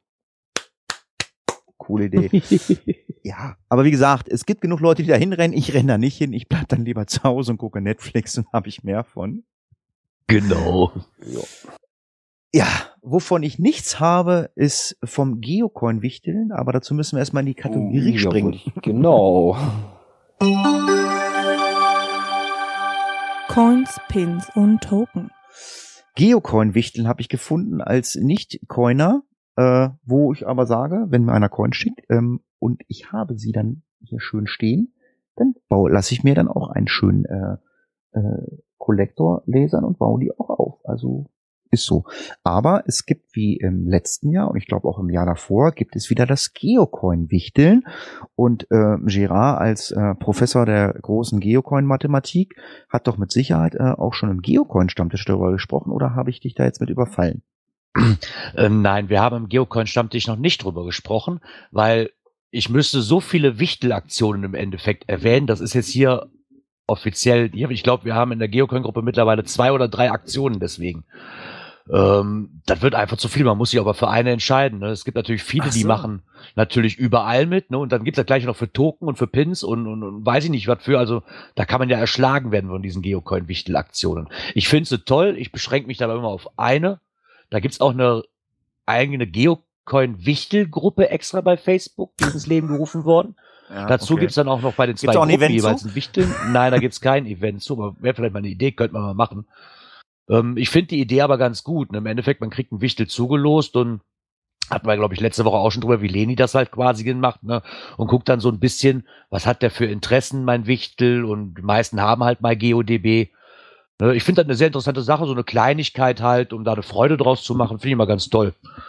coole Idee. Ja, aber wie gesagt, es gibt genug Leute, die da hinrennen. Ich renne da nicht hin. Ich bleib dann lieber zu Hause und gucke Netflix und habe ich mehr von. Genau. Ja. Ja, wovon ich nichts habe, ist vom Geocoin wichteln, aber dazu müssen wir erstmal in die Kategorie Ja, springen. wollte ich- Genau. Coins, Pins und Token. Geocoin wichteln habe ich gefunden als Nicht-Coiner, äh, wo ich aber sage, wenn mir einer Coin schickt, ähm, und ich habe sie dann hier schön stehen, dann lasse ich mir dann auch einen schönen äh, äh, Kollektor lasern und baue die auch auf. Also ist so. Aber es gibt wie im letzten Jahr und ich glaube auch im Jahr davor gibt es wieder das Geocoin-Wichteln. Und äh, Gerard als äh, Professor der großen Geocoin-Mathematik hat doch mit Sicherheit äh, auch schon im Geocoin-Stammtisch darüber gesprochen, oder habe ich dich da jetzt mit überfallen? Ähm, nein, wir haben im Geocoin-Stammtisch noch nicht drüber gesprochen, weil ich müsste so viele Wichtelaktionen im Endeffekt erwähnen. Das ist jetzt hier offiziell, ich glaube, wir haben in der Geocoin-Gruppe mittlerweile zwei oder drei Aktionen deswegen. Ähm, das wird einfach zu viel, man muss sich aber für eine entscheiden. Ne? Es gibt natürlich viele, Ach so. die machen natürlich überall mit, ne? Und dann gibt es das gleiche noch für Token und für Pins und, und, und weiß ich nicht was für. Also da kann man ja erschlagen werden von diesen Geocoin-Wichtelaktionen. Ich finde sie toll, ich beschränke mich dabei immer auf eine. Da gibt's auch eine eigene Geocoin-Wichtel-Gruppe extra bei Facebook, die ist ins Leben gerufen worden. Ja, Dazu okay. gibt's dann auch noch bei den zwei Gibt's auch ein Gruppen Event zu? jeweils ein Wichteln. Nein, da gibt's kein Event zu, aber wäre vielleicht mal eine Idee, könnte man mal machen. Ähm, ich finde die Idee aber ganz gut. Ne? Im Endeffekt, man kriegt ein Wichtel zugelost und hatten wir, glaube ich, letzte Woche auch schon drüber, wie Leni das halt quasi gemacht, ne? Und guckt dann so ein bisschen, was hat der für Interessen, mein Wichtel, und die meisten haben halt mal GeoDB. Ne? Ich finde das eine sehr interessante Sache, so eine Kleinigkeit halt, um da eine Freude draus zu machen, finde ich immer ganz toll.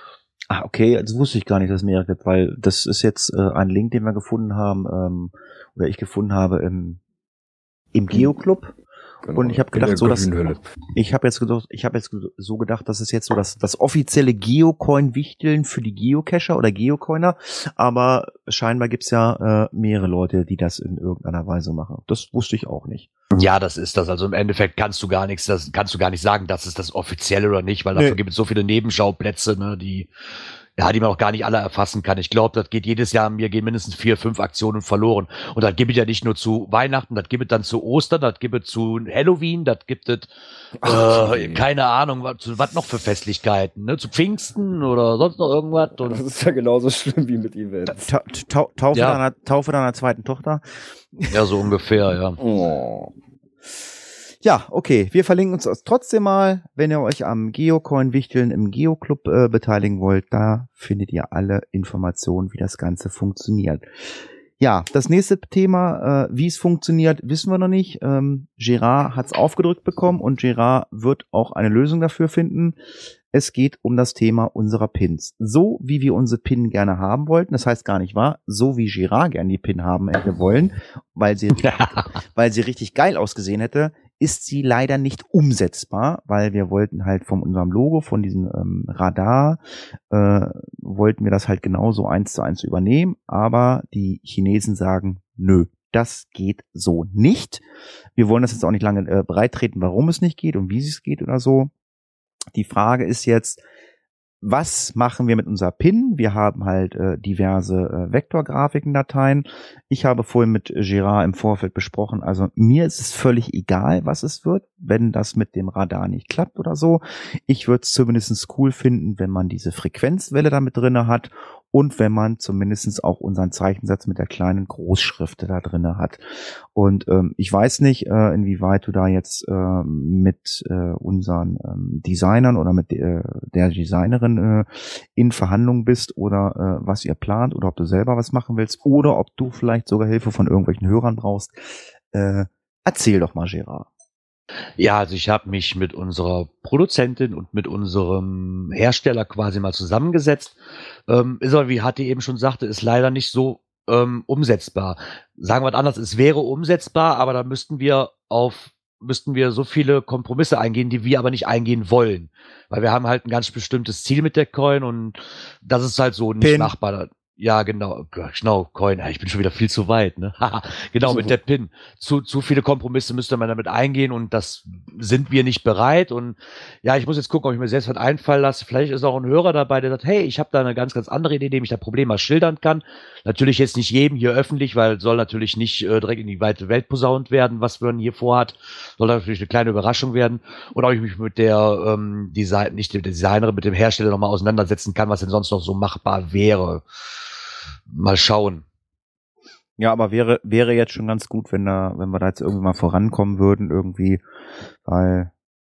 Ah, okay, das wusste ich gar nicht, dass es mehrere gibt, weil das ist jetzt äh, ein Link, den wir gefunden haben, ähm, oder ich gefunden habe im, im Geoclub. Genau, Und ich habe gedacht, so dass ich habe jetzt gedacht, ich habe jetzt so gedacht, das ist jetzt so das das offizielle Geocoin-Wichteln für die Geocacher oder Geocoiner, aber scheinbar gibt's ja äh, mehrere Leute, die das in irgendeiner Weise machen. Das wusste ich auch nicht. Ja, das ist das. Also im Endeffekt kannst du gar nichts, das kannst du gar nicht sagen, das ist das Offizielle oder nicht, weil dafür Nee. gibt es so viele Nebenschauplätze, ne, die ja, die man auch gar nicht alle erfassen kann. Ich glaube, das geht jedes Jahr, mir gehen mindestens vier, fünf Aktionen verloren. Und das gibt es ja nicht nur zu Weihnachten, das gibt es dann zu Ostern, das gibt es zu Halloween, das gibt es, äh, keine Ahnung, was, was noch für Festlichkeiten, ne? Zu Pfingsten oder sonst noch irgendwas. Und Das ist ja genauso schlimm wie mit Events. Ta ta Taufe, Ja. deiner, Taufe deiner zweiten Tochter. ja, so ungefähr, ja. Oh. Ja, okay, wir verlinken uns das trotzdem mal, wenn ihr euch am Geocoin-Wichteln im Geoclub äh, beteiligen wollt, da findet ihr alle Informationen, wie das Ganze funktioniert. Ja, das nächste Thema, äh, wie es funktioniert, wissen wir noch nicht. Ähm, Gerard hat es aufgedrückt bekommen und Gerard wird auch eine Lösung dafür finden. Es geht um das Thema unserer Pins. So wie wir unsere Pin gerne haben wollten, das heißt gar nicht wahr, so wie Gerard gerne die Pin haben hätte wollen, weil sie, weil sie richtig geil ausgesehen hätte, ist sie leider nicht umsetzbar, weil wir wollten halt von unserem Logo, von diesem ähm, Radar, äh, wollten wir das halt genauso eins zu eins übernehmen, aber die Chinesen sagen, nö, das geht so nicht. Wir wollen das jetzt auch nicht lange äh, breittreten, warum es nicht geht und wie es geht oder so. Die Frage ist jetzt, was machen wir mit unserer Pin? Wir haben halt äh, diverse äh, Vektorgrafiken-Dateien. Ich habe vorhin mit Gerard im Vorfeld besprochen, also mir ist es völlig egal, was es wird, wenn das mit dem Radar nicht klappt oder so. Ich würde es zumindest cool finden, wenn man diese Frequenzwelle da mit drinne hat und wenn man zumindest auch unseren Zeichensatz mit der kleinen Großschrift da drinne hat. Und ähm, ich weiß nicht, äh, inwieweit du da jetzt äh, mit äh, unseren ähm, Designern oder mit äh, der Designerin äh, in Verhandlung bist oder äh, was ihr plant oder ob du selber was machen willst oder ob du vielleicht sogar Hilfe von irgendwelchen Hörern brauchst. Äh, erzähl doch mal, Gerard. Ja, also ich habe mich mit unserer Produzentin und mit unserem Hersteller quasi mal zusammengesetzt. Ähm, ist aber, wie Hatti eben schon sagte, ist leider nicht so ähm, umsetzbar. Sagen wir es anders, es wäre umsetzbar, aber da müssten wir auf müssten wir so viele Kompromisse eingehen, die wir aber nicht eingehen wollen. Weil wir haben halt ein ganz bestimmtes Ziel mit der Coin und das ist halt so nicht Pin. machbar. Ja, genau, genau, Coin, ich bin schon wieder viel zu weit, ne? Genau, mit der Pin. Zu, zu viele Kompromisse müsste man damit eingehen und das sind wir nicht bereit und ja, ich muss jetzt gucken, ob ich mir selbst was einfallen lasse. Vielleicht ist auch ein Hörer dabei, der sagt, hey, ich habe da eine ganz, ganz andere Idee, dem ich das Problem mal schildern kann. Natürlich jetzt nicht jedem hier öffentlich, weil soll natürlich nicht äh, direkt in die weite Welt posaunt werden, was man hier vorhat. Soll natürlich eine kleine Überraschung werden und ob ich mich mit der ähm, Design, nicht der Designerin, mit dem Hersteller nochmal auseinandersetzen kann, was denn sonst noch so machbar wäre. Mal schauen. Ja, aber wäre wäre jetzt schon ganz gut, wenn da, wenn wir da jetzt irgendwie mal vorankommen würden, irgendwie, weil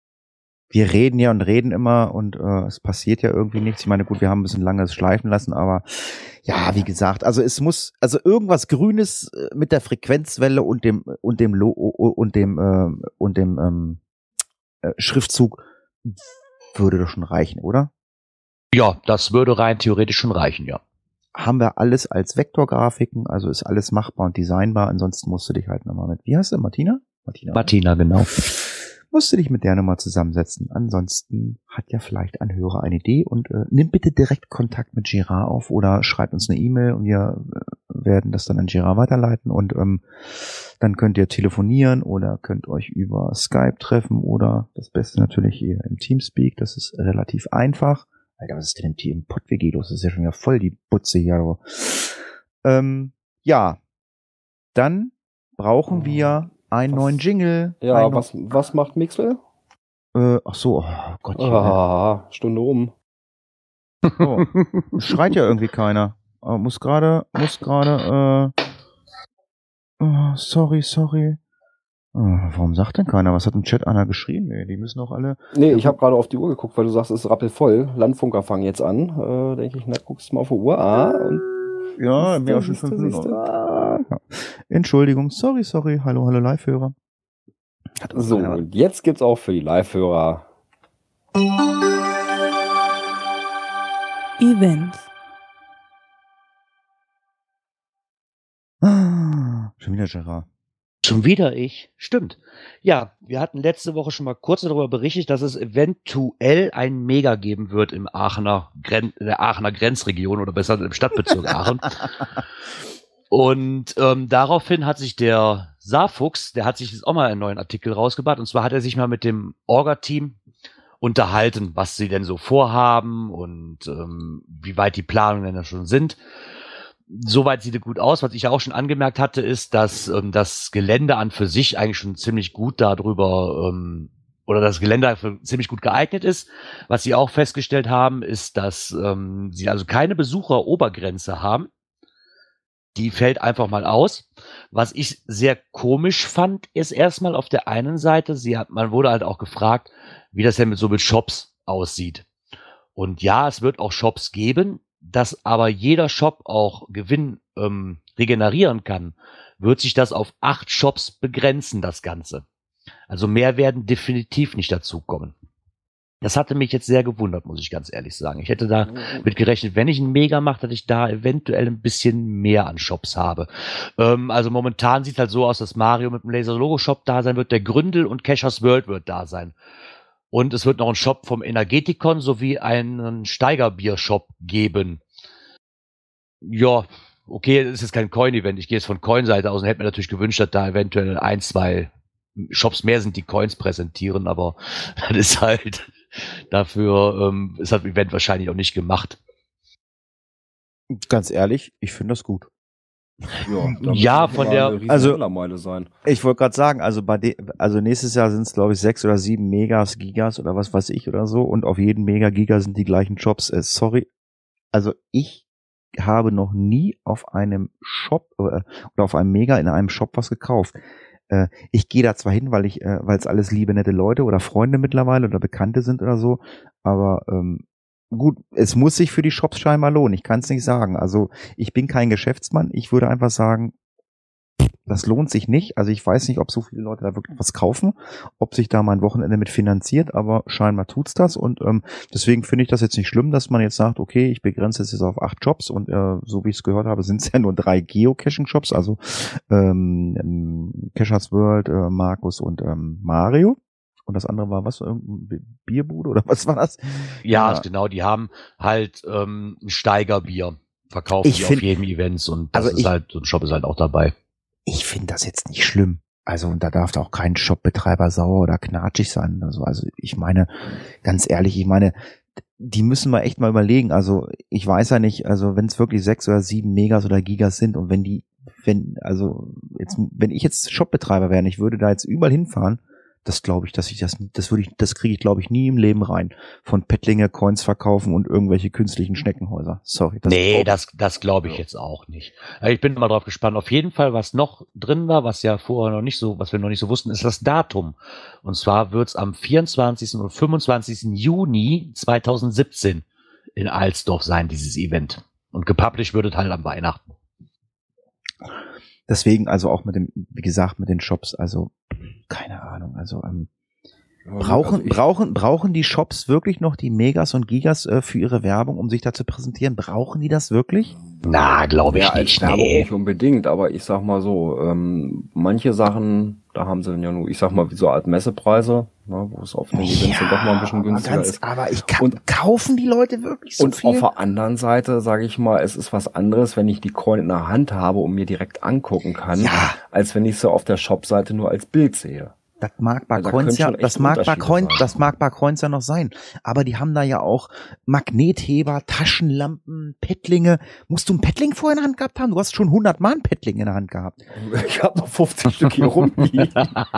wir reden ja und reden immer und äh, es passiert ja irgendwie nichts. Ich meine, gut, wir haben ein bisschen lange es schleifen lassen, aber ja, wie gesagt, also es muss, also irgendwas Grünes äh, mit der Frequenzwelle und dem und dem Lo und dem äh, und dem ähm, äh, Schriftzug würde doch schon reichen, oder? Ja, das würde rein theoretisch schon reichen, ja. Haben wir alles als Vektorgrafiken, also ist alles machbar und designbar, ansonsten musst du dich halt nochmal mit, wie heißt du, Martina? Martina, Martina, genau. Musst du dich mit der nochmal zusammensetzen. Ansonsten hat ja vielleicht ein Hörer eine Idee und äh, nimm bitte direkt Kontakt mit Gerard auf oder schreibt uns eine E-Mail und wir äh, werden das dann an Gerard weiterleiten und ähm, dann könnt ihr telefonieren oder könnt euch über Skype treffen oder das Beste natürlich hier im Teamspeak, das ist relativ einfach. Alter, was ist denn im Pott-W G los? Das ist ja schon wieder voll die Butze hier. Aber. Ähm, ja, dann brauchen wir einen Was? neuen Jingle. Ja, Ein was, was macht Mixel? Äh, ach so, oh Gott. Ah, Stunde um. Oh, schreit ja irgendwie keiner. Oh, muss gerade, muss gerade, äh, oh, sorry, sorry. Oh, warum sagt denn keiner? Was hat im Chat einer geschrieben? Nee, die müssen auch alle. Nee, ich habe gerade auf die Uhr geguckt, weil du sagst, es ist rappelvoll. Landfunker fangen jetzt an. Äh, denke ich, na, guckst du mal auf die Uhr. Ah, und Ja, wir auch schon siehste, fünf Minuten. siehste. Ah, ja. Entschuldigung, sorry, sorry. Hallo, hallo, Live-Hörer. Hat uns so, keiner- und jetzt gibt's auch für die Live-Hörer Events. Ah, schon wieder Gerard. Schon wieder ich? Stimmt. Ja, wir hatten letzte Woche schon mal kurz darüber berichtet, dass es eventuell ein Mega geben wird im Aachener, Gren der Aachener Grenzregion oder besser im Stadtbezirk Aachen. Und ähm, daraufhin hat sich der Saarfuchs, der hat sich jetzt auch mal einen neuen Artikel rausgebracht. Und zwar hat er sich mal mit dem Orga-Team unterhalten, was sie denn so vorhaben und ähm, wie weit die Planungen denn schon sind. Soweit sieht es gut aus. Was ich ja auch schon angemerkt hatte, ist, dass ähm, das Gelände an für sich eigentlich schon ziemlich gut darüber ähm, oder das Gelände dafür ziemlich gut geeignet ist. Was sie auch festgestellt haben, ist, dass ähm, sie also keine Besucherobergrenze haben. Die fällt einfach mal aus. Was ich sehr komisch fand, ist erstmal auf der einen Seite, sie hat, man wurde halt auch gefragt, wie das denn mit so mit Shops aussieht. Und ja, es wird auch Shops geben, dass aber jeder Shop auch Gewinn ähm, regenerieren kann, wird sich das auf acht Shops begrenzen, das Ganze. Also mehr werden definitiv nicht dazukommen. Das hatte mich jetzt sehr gewundert, muss ich ganz ehrlich sagen. Ich hätte da mit gerechnet, wenn ich einen Mega mache, dass ich da eventuell ein bisschen mehr an Shops habe. Ähm, also momentan sieht es halt so aus, dass Mario mit dem Laser-Logo-Shop da sein wird, der Gründel und Cashers World wird da sein. Und es wird noch einen Shop vom Energetikon sowie einen Steigerbier-Shop geben. Ja, okay, das ist jetzt kein Coin-Event. Ich gehe jetzt von Coin-Seite aus und hätte mir natürlich gewünscht, dass da eventuell ein, zwei Shops mehr sind, die Coins präsentieren, aber das ist halt dafür ähm, ist das Event wahrscheinlich auch nicht gemacht. Ganz ehrlich, ich finde das gut. Ja, Ja, von der- Also- Meile sein. Ich wollte gerade sagen, also bei de also nächstes Jahr sind es glaube ich sechs oder sieben Megas, Gigas oder was weiß ich oder so und auf jeden Mega Giga sind die gleichen Shops. Äh, sorry, also ich habe noch nie auf einem Shop äh, oder auf einem Mega in einem Shop was gekauft. Äh, ich gehe da zwar hin, weil ich, äh, weil es alles liebe nette Leute oder Freunde mittlerweile oder Bekannte sind oder so, aber ähm, gut, es muss sich für die Shops scheinbar lohnen. Ich kann es nicht sagen. Also ich bin kein Geschäftsmann. Ich würde einfach sagen, das lohnt sich nicht. Also ich weiß nicht, ob so viele Leute da wirklich was kaufen, ob sich da mein Wochenende mit finanziert, aber scheinbar tut's das und ähm, deswegen finde ich das jetzt nicht schlimm, dass man jetzt sagt, okay, ich begrenze es jetzt auf acht Shops und äh, so wie ich es gehört habe, sind es ja nur drei Geocaching-Shops, also ähm, Cashers World, äh, Markus und ähm, Mario. Und das andere war was? Irgendein Bierbude oder was war das? Ja, Ja. genau, die haben halt ähm, ein Steigerbier verkauft Ich die find- auf jedem Events und das Also ist ich- halt, so ein Shop ist halt auch dabei. Ich finde das jetzt nicht schlimm. Also und da darf auch kein Shopbetreiber sauer oder knatschig sein. Also, also ich meine, ganz ehrlich, ich meine, die müssen wir echt mal überlegen. Also ich weiß ja nicht, also wenn es wirklich sechs oder sieben Megas oder Gigas sind und wenn die, wenn, also jetzt, wenn ich jetzt Shopbetreiber wäre und ich würde da jetzt überall hinfahren, das glaube ich, dass ich das, das würde ich, das kriege ich glaube ich nie im Leben rein. Von Pettlinge Coins verkaufen und irgendwelche künstlichen Schneckenhäuser. Sorry. Das Nee, glaub- das, das glaube ich jetzt auch nicht. Aber ich bin mal drauf gespannt. Auf jeden Fall, was noch drin war, was ja vorher noch nicht so, was wir noch nicht so wussten, ist das Datum. Und zwar wird's am vierundzwanzigsten und fünfundzwanzigsten Juni zweitausendsiebzehn in Alsdorf sein, dieses Event. Und gepublished wird es halt am Weihnachten. Deswegen also auch mit dem, wie gesagt, mit den Shops, also keine Ahnung, also ähm, brauchen, Also ich- brauchen, brauchen die Shops wirklich noch die Megas und Gigas äh, für ihre Werbung, um sich da zu präsentieren? Brauchen die das wirklich? Na, glaube ich Ja, als nicht. Werbung Nee. nicht unbedingt, aber ich sag mal so, ähm, manche Sachen, da haben sie dann ja nur, ich sag mal, wie so Art Messepreise, ne, wo es auf den Events dann doch mal ein bisschen aber günstiger ganz, ist. aber ich kann, Und- kaufen die Leute wirklich so Und viel? auf der anderen Seite, sage ich mal, es ist was anderes, wenn ich die Coin in der Hand habe und mir direkt angucken kann, Ja. als wenn ich sie auf der Shopseite nur als Bild sehe. Das mag bei Ja, da Coins können ja, schon echt das mag bei Unterschiede Coins, sein. das mag bei Coins ja noch sein. Aber die haben da ja auch Magnetheber, Taschenlampen, Pettlinge. Musst du ein Pettling vorher in der Hand gehabt haben? Du hast schon hundert Mal ein Pettling in der Hand gehabt. Ich habe noch fünfzig Stück hier rumliegen.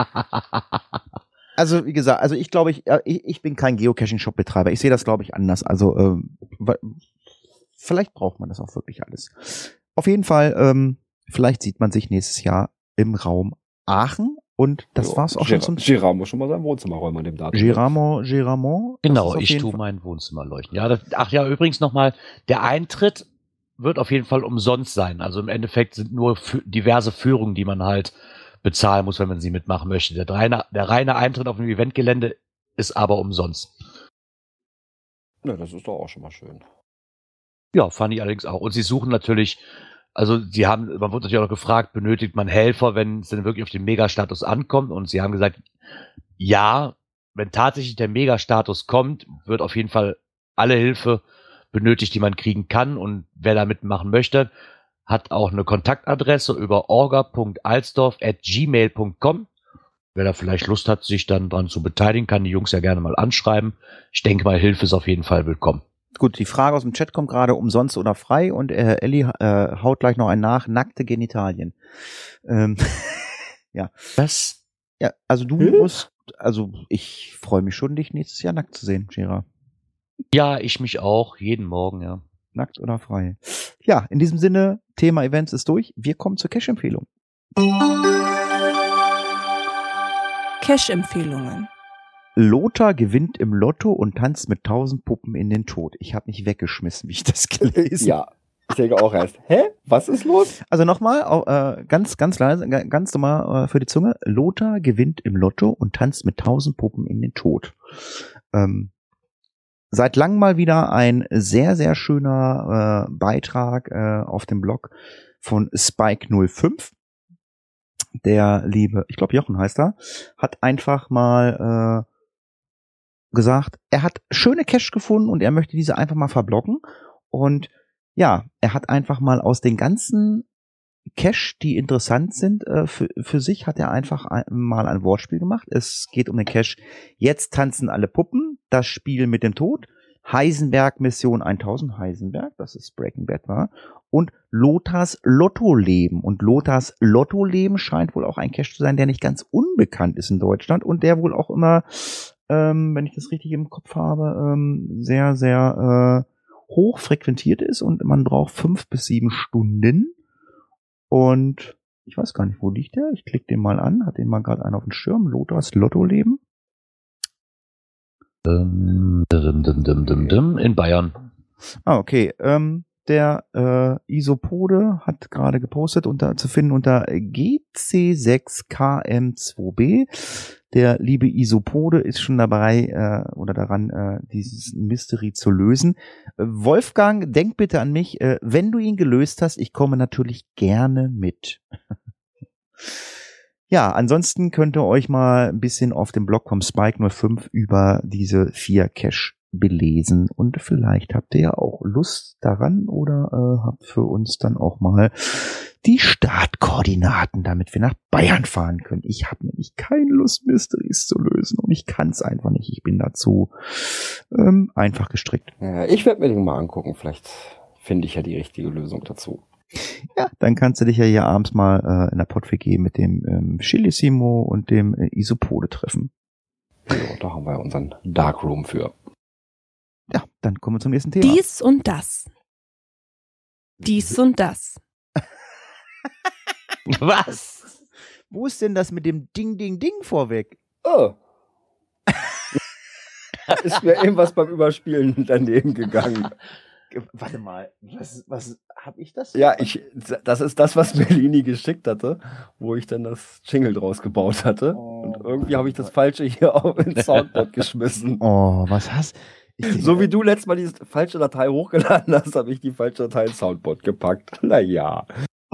Also wie gesagt, also ich glaube, ich, äh, ich, ich bin kein Geocaching-Shop-Betreiber. Ich sehe das, glaube ich, anders. Also ähm, wa- vielleicht braucht man das auch wirklich alles. Auf jeden Fall, ähm, vielleicht sieht man sich nächstes Jahr im Raum Aachen. Und das Ja, war's auch schon Ger- zum Girard muss schon mal sein Wohnzimmer räumen an dem Datum. Giramont, Giramont. Das Genau, ist auf ich jeden tue Fall- mein Wohnzimmer leuchten. Ja, das, ach ja, übrigens nochmal, der Eintritt wird auf jeden Fall umsonst sein. Also im Endeffekt sind nur fü- diverse Führungen, die man halt bezahlen muss, wenn man sie mitmachen möchte. Der reine, der reine Eintritt auf dem Eventgelände ist aber umsonst. Ja, das ist doch auch schon mal schön. Ja, fand ich allerdings auch. Und sie suchen natürlich, also sie haben, man wurde natürlich auch noch gefragt, benötigt man Helfer, wenn es denn wirklich auf den Megastatus ankommt? Und sie haben gesagt, ja, wenn tatsächlich der Megastatus kommt, wird auf jeden Fall alle Hilfe benötigt, die man kriegen kann. Und wer da mitmachen möchte, hat auch eine Kontaktadresse über orga punkt alsdorf at gmail punkt com. Wer da vielleicht Lust hat, sich dann dran zu beteiligen, kann die Jungs ja gerne mal anschreiben. Ich denke mal, Hilfe ist auf jeden Fall willkommen. Gut, die Frage aus dem Chat kommt gerade, umsonst oder frei, und äh, Elli äh, haut gleich noch einen nach, nackte Genitalien. Ähm, ja. Was? Ja, also du hm? musst, also ich freue mich schon, dich nächstes Jahr nackt zu sehen, Gera. Ja, ich mich auch, jeden Morgen, ja. Nackt oder frei. Ja, in diesem Sinne, Thema Events ist durch. Wir kommen zur Cash-Empfehlung. Cash-Empfehlungen. Lothar gewinnt im Lotto und tanzt mit tausend Puppen in den Tod. Ich habe mich weggeschmissen, wie ich das gelesen habe. Ja, ich denke auch erst. Hä? Was ist los? Also nochmal, äh, ganz, ganz leise, ganz normal äh, für die Zunge. Lothar gewinnt im Lotto und tanzt mit tausend Puppen in den Tod. Ähm, seit langem mal wieder ein sehr, sehr schöner äh, Beitrag äh, auf dem Blog von Spike null fünf. Der liebe, ich glaube Jochen heißt er, hat einfach mal äh, gesagt, er hat schöne Cash gefunden und er möchte diese einfach mal verblocken. Und ja, er hat einfach mal aus den ganzen Cash, die interessant sind, äh, für, für sich hat er einfach ein, mal ein Wortspiel gemacht. Es geht um den Cash Jetzt tanzen alle Puppen, das Spiel mit dem Tod, Heisenberg Mission tausend Heisenberg, das ist Breaking Bad war, und Lothars Lottoleben. Und Lothars Lottoleben scheint wohl auch ein Cash zu sein, der nicht ganz unbekannt ist in Deutschland und der wohl auch immer, ähm, wenn ich das richtig im Kopf habe, ähm, sehr, sehr äh, hoch frequentiert ist und man braucht fünf bis sieben Stunden. Und ich weiß gar nicht, wo liegt der? Ich klicke den mal an, hat den mal gerade einen auf den Schirm. Lothars Lottoleben. Ähm, dim, dim, dim, dim, dim, in Bayern. Ah, okay. Ähm, der äh, Isopode hat gerade gepostet, unter, zu finden unter G C sechs K M zwei B. Der liebe Isopode ist schon dabei äh, oder daran, äh, dieses Mystery zu lösen. Äh, Wolfgang, denk bitte an mich. Äh, wenn du ihn gelöst hast, ich komme natürlich gerne mit. Ja, ansonsten könnt ihr euch mal ein bisschen auf dem Blog vom Spike null fünf über diese vier Cash belesen und vielleicht habt ihr ja auch Lust daran oder äh, habt für uns dann auch mal die Startkoordinaten, damit wir nach Bayern fahren können. Ich habe nämlich keine Lust, Mysteries zu lösen und ich kann es einfach nicht. Ich bin dazu ähm, einfach gestrickt. Ja, ich werde mir den mal angucken. Vielleicht finde ich ja die richtige Lösung dazu. Ja, dann kannst du dich ja hier abends mal äh, in der Pott W G mit dem ähm, Chilissimo und dem äh, Isopode treffen. Ja, da haben wir unseren Darkroom für. Ja, dann kommen wir zum nächsten Thema. Dies und das. Dies und das. Was? Wo ist denn das mit dem Ding, Ding, Ding vorweg? Oh. Ist mir irgendwas beim Überspielen daneben gegangen. Warte mal, was, was hab ich das? Ja, ich, das ist das, was Bellini geschickt hatte, wo ich dann das Jingle draus gebaut hatte. Oh, und irgendwie habe ich das Falsche hier auf ins Soundboard geschmissen. Oh, was hast ich So wie du letztes Mal die falsche Datei hochgeladen hast, habe ich die falsche Datei ins Soundboard gepackt. Naja.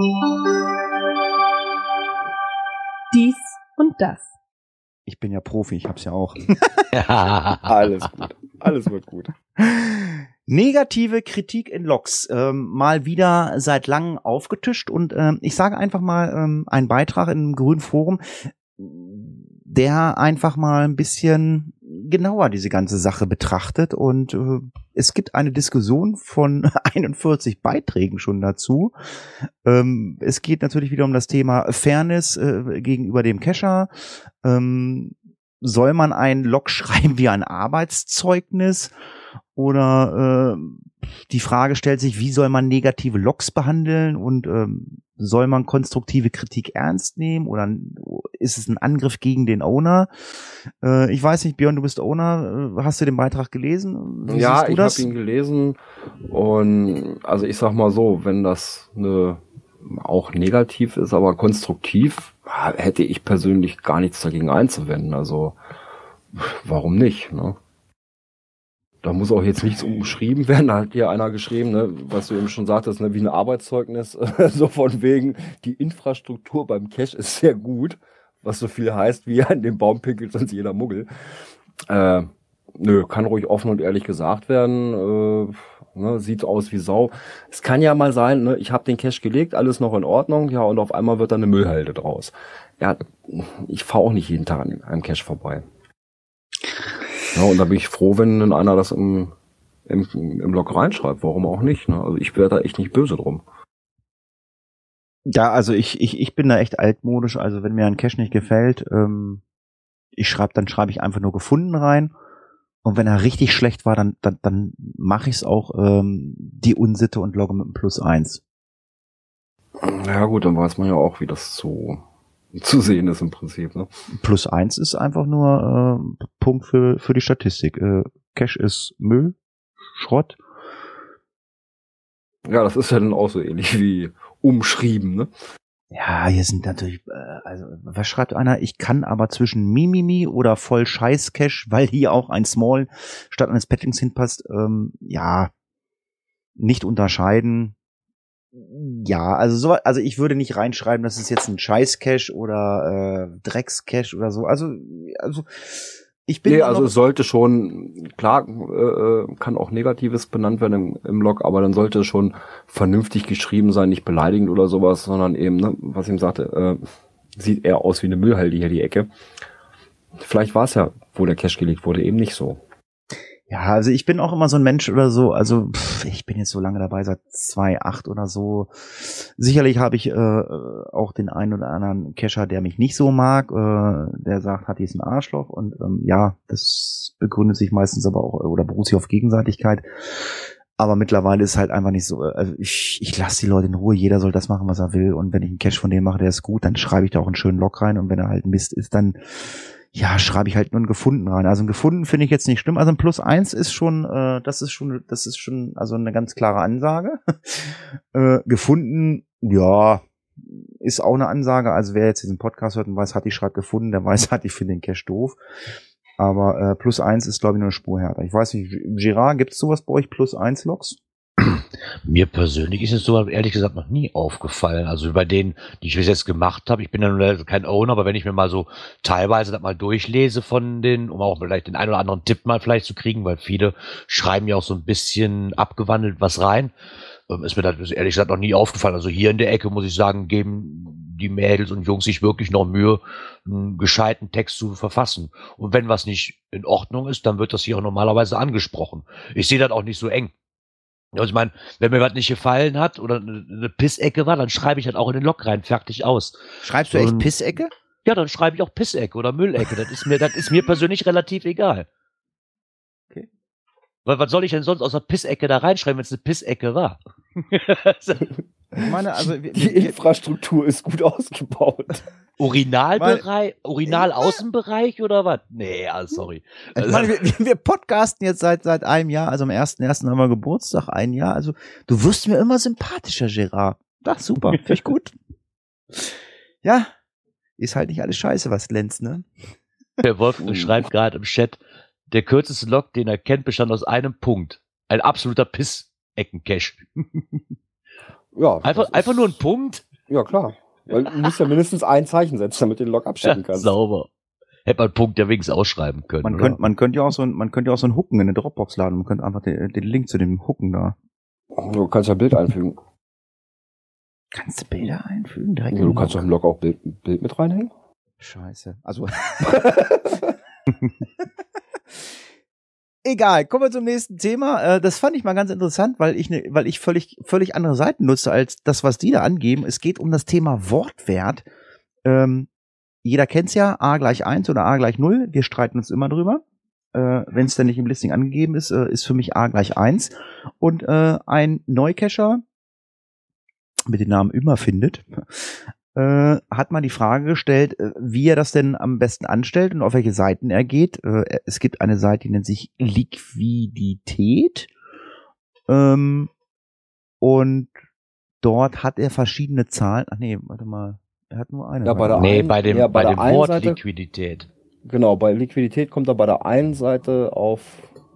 Dies und das. Ich bin ja Profi, ich hab's ja auch. Alles gut. Alles wird gut. Negative Kritik in Logs. Ähm, mal wieder seit langem aufgetischt und ähm, ich sage einfach mal ähm, einen Beitrag im Grünen Forum, der einfach mal ein bisschen genauer diese ganze Sache betrachtet und äh, es gibt eine Diskussion von einundvierzig Beiträgen schon dazu. Ähm, es geht natürlich wieder um das Thema Fairness äh, gegenüber dem Cacher. Ähm, soll man ein Log schreiben wie ein Arbeitszeugnis? Oder äh, die Frage stellt sich, wie soll man negative Logs behandeln und ähm, soll man konstruktive Kritik ernst nehmen oder ist es ein Angriff gegen den Owner? Äh, ich weiß nicht, Björn, du bist Owner. Hast du den Beitrag gelesen? Wie ja, siehst du ich habe ihn gelesen und also ich sag mal so, wenn das eine auch negativ ist, aber konstruktiv, hätte ich persönlich gar nichts dagegen einzuwenden. Also warum nicht, ne? da muss auch jetzt nichts umschrieben werden. Da hat hier einer geschrieben, ne, was du eben schon sagtest, ne, wie ein Arbeitszeugnis, so von wegen, die Infrastruktur beim Cache ist sehr gut, was so viel heißt, wie an dem Baum pinkelt sonst jeder Muggel. Äh, nö, kann ruhig offen und ehrlich gesagt werden. Äh, ne, sieht aus wie Sau. Es kann ja mal sein, ne, ich habe den Cache gelegt, alles noch in Ordnung, ja, und auf einmal wird da eine Müllhalde draus. Ja, ich fahre auch nicht jeden Tag an einem Cache vorbei. Ja, und da bin ich froh, wenn dann einer das im, im, im Log reinschreibt. Warum auch nicht? Ne? Also ich wäre da echt nicht böse drum. Ja, also ich, ich, ich bin da echt altmodisch. Also wenn mir ein Cache nicht gefällt, ähm, ich schreibe, dann schreibe ich einfach nur gefunden rein. Und wenn er richtig schlecht war, dann, dann, dann mache ich es auch ähm, die Unsitte und logge mit einem Plus eins. Ja gut, dann weiß man ja auch, wie das so zu sehen ist im Prinzip. Ne? Plus eins ist einfach nur äh, Punkt für, für die Statistik. Äh, Cache ist Müll, Schrott. Ja, das ist ja dann auch so ähnlich wie umschrieben, ne? Ja, hier sind natürlich, äh, also was schreibt einer? Ich kann aber zwischen Mimimi oder voll Scheiß Cache, weil hier auch ein Small statt eines Paddings hinpasst, ähm, ja, nicht unterscheiden. Ja, also so, also ich würde nicht reinschreiben, das ist jetzt ein Scheiß-Cache oder äh, Drecks-Cache oder so. Also, also ich bin. Nee, also es sollte schon, klar, äh, kann auch Negatives benannt werden im, im Log, aber dann sollte es schon vernünftig geschrieben sein, nicht beleidigend oder sowas, sondern eben, ne, was ich ihm sagte, äh, sieht eher aus wie eine Müllhalde hier die Ecke. Vielleicht war es ja, wo der Cache gelegt wurde, eben nicht so. Ja, also ich bin auch immer so ein Mensch oder so, also pff, ich bin jetzt so lange dabei, seit zwei Komma acht oder so. Sicherlich habe ich äh, auch den einen oder anderen Cacher, der mich nicht so mag, äh, der sagt, Hatti ist ein Arschloch und ähm, ja, das begründet sich meistens aber auch, oder beruht sich auf Gegenseitigkeit. Aber mittlerweile ist halt einfach nicht so, also ich, ich lasse die Leute in Ruhe, jeder soll das machen, was er will und wenn ich einen Cache von dem mache, der ist gut, dann schreibe ich da auch einen schönen Log rein und wenn er halt Mist ist, dann ja, schreibe ich halt nur ein Gefunden rein. Also ein Gefunden finde ich jetzt nicht schlimm. Also ein Plus eins ist schon, äh, das ist schon, das ist schon, also eine ganz klare Ansage. äh, gefunden, ja, ist auch eine Ansage. Also wer jetzt diesen Podcast hört und weiß, hat die schreibt gefunden, der weiß, hat die für den Cache doof. Aber äh, Plus eins ist, glaube ich, nur eine Spur härter. Ich weiß nicht, Gerard, gibt's sowas bei euch Plus eins Logs? Mir persönlich ist es so ehrlich gesagt noch nie aufgefallen. Also bei denen, die ich bis jetzt gemacht habe, ich bin ja nun kein Owner, aber wenn ich mir mal so teilweise das mal durchlese von den, um auch vielleicht den einen oder anderen Tipp mal vielleicht zu kriegen, weil viele schreiben ja auch so ein bisschen abgewandelt was rein, ist mir das ehrlich gesagt noch nie aufgefallen. Also hier in der Ecke muss ich sagen, geben die Mädels und Jungs sich wirklich noch Mühe, einen gescheiten Text zu verfassen. Und wenn was nicht in Ordnung ist, dann wird das hier auch normalerweise angesprochen. Ich sehe das auch nicht so eng. Also ich meine, wenn mir was nicht gefallen hat oder eine Pissecke war, dann schreibe ich halt auch in den Log rein, fertig aus. Schreibst du echt und, Pissecke? Ja, dann schreibe ich auch Pissecke oder Müllecke. Das ist mir, das ist mir persönlich relativ egal. Okay. Weil was soll ich denn sonst aus der Pissecke da reinschreiben, wenn es eine Pissecke war? Ich meine, also wir, die Infrastruktur ist gut ausgebaut. Urinalbereich, Urinalaußenbereich oder was? Nee, also sorry. Ich meine, wir, wir podcasten jetzt seit seit einem Jahr, also am ersten ersten haben wir Geburtstag, ein Jahr. Also du wirst mir immer sympathischer, Gerard. Ach, super, finde ich gut. Ja, ist halt nicht alles scheiße, was glänzt, ne? Der Wolf schreibt gerade im Chat, der kürzeste Log, den er kennt, bestand aus einem Punkt. Ein absoluter Pissecken-Cache. Ja, einfach, einfach nur ein Punkt? Ja, klar. Weil du musst ja mindestens ein Zeichen setzen, damit du den Log abschicken ja, kannst. Sauber. Hätte man einen Punkt ja wenigstens ausschreiben können. Man könnte, man könnte ja auch so ein, man könnte ja auch so einen Hooken in eine Dropbox laden. Man könnte einfach den, den Link zu dem Hooken da. Du kannst ja ein Bild einfügen. Kannst du Bilder einfügen? Direkt ja, du kannst doch im Log auch Bild, Bild mit reinhängen. Scheiße. Also. Egal, kommen wir zum nächsten Thema. Das fand ich mal ganz interessant, weil ich ne, weil ich völlig völlig andere Seiten nutze als das, was die da angeben. Es geht um das Thema Wortwert. Ähm, jeder kennt's ja, a gleich eins oder a gleich null. Wir streiten uns immer drüber. Äh, wenn es denn nicht im Listing angegeben ist, äh, ist für mich a gleich eins. Und äh, ein Neucacher mit dem Namen immer findet, äh, hat man die Frage gestellt, äh, wie er das denn am besten anstellt und auf welche Seiten er geht. Äh, es gibt eine Seite, die nennt sich Liquidität. Ähm, und dort hat er verschiedene Zahlen. Ach nee, warte mal. Er hat nur eine. Ja, bei der nee, einen, bei dem, ja, bei bei der dem Wort Seite, Liquidität. Genau, bei Liquidität kommt er bei der einen Seite auf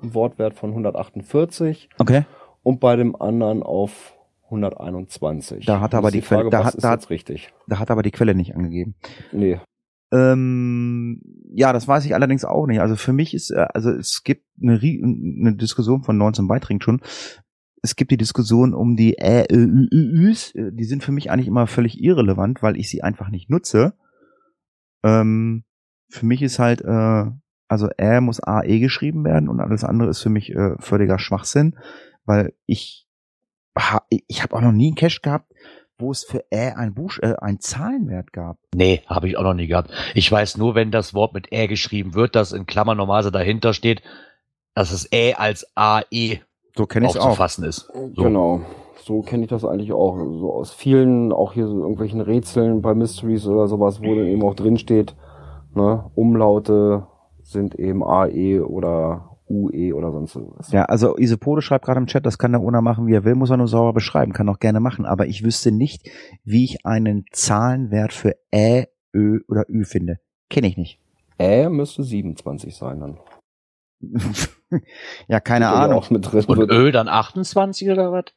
einen Wortwert von hundertachtundvierzig. Okay. Und bei dem anderen auf hunderteinundzwanzig. Da hat aber die, die Frage, Quelle, da was hat, ist da, jetzt richtig? Da hat aber die Quelle nicht angegeben. Nee. Ähm, ja, das weiß ich allerdings auch nicht. Also für mich ist, also es gibt eine, eine Diskussion von neunzehn Beiträgen schon. Es gibt die Diskussion um die Ä, Ö, Ü, Ü, Üs. Die sind für mich eigentlich immer völlig irrelevant, weil ich sie einfach nicht nutze. Ähm, für mich ist halt, äh, also Ä muss A, E geschrieben werden und alles andere ist für mich äh, völliger Schwachsinn, weil ich ha, ich habe auch noch nie einen Cache gehabt, wo es für Ä ein Buch, äh, ein Zahlenwert gab. Nee, habe ich auch noch nie gehabt. Ich weiß nur, wenn das Wort mit Ä geschrieben wird, dass in Klammern normalerweise dahinter steht, dass es Ä als A E so kenn ich's aufzufassen auch. Ist. So. Genau, so kenne ich das eigentlich auch. So aus vielen, auch hier so irgendwelchen Rätseln bei Mysteries oder sowas, wo dann eben auch drin steht, ne, Umlaute sind eben A E oder U E oder sonst was. Ja, also Isopode schreibt gerade im Chat, das kann der Ona machen, wie er will, muss er nur sauber beschreiben, kann auch gerne machen, aber ich wüsste nicht, wie ich einen Zahlenwert für Ä, Ö oder Ü finde. Kenne ich nicht. Ä müsste siebenundzwanzig sein dann. Ja, keine Steht Ahnung. Auch mit drin Und wird. Ö dann achtundzwanzig oder was?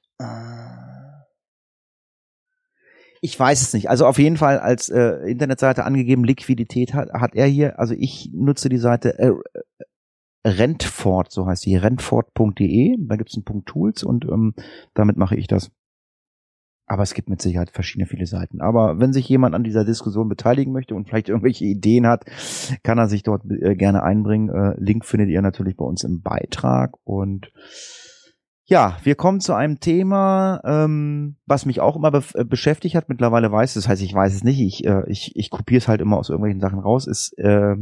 Ich weiß es nicht. Also auf jeden Fall als äh, Internetseite angegeben, Liquidität hat, hat er hier. Also ich nutze die Seite äh, Rentfort, so heißt die, rentfort punkt de. Da gibt es einen Punkt Tools und ähm, damit mache ich das. Aber es gibt mit Sicherheit verschiedene viele Seiten. Aber wenn sich jemand an dieser Diskussion beteiligen möchte und vielleicht irgendwelche Ideen hat, kann er sich dort äh, gerne einbringen. Äh, Link findet ihr natürlich bei uns im Beitrag. Und ja, wir kommen zu einem Thema, ähm, was mich auch immer be äh, beschäftigt hat. Mittlerweile weiß es, das heißt, ich weiß es nicht. Ich, äh, ich, ich kopiere es halt immer aus irgendwelchen Sachen raus. Ist äh,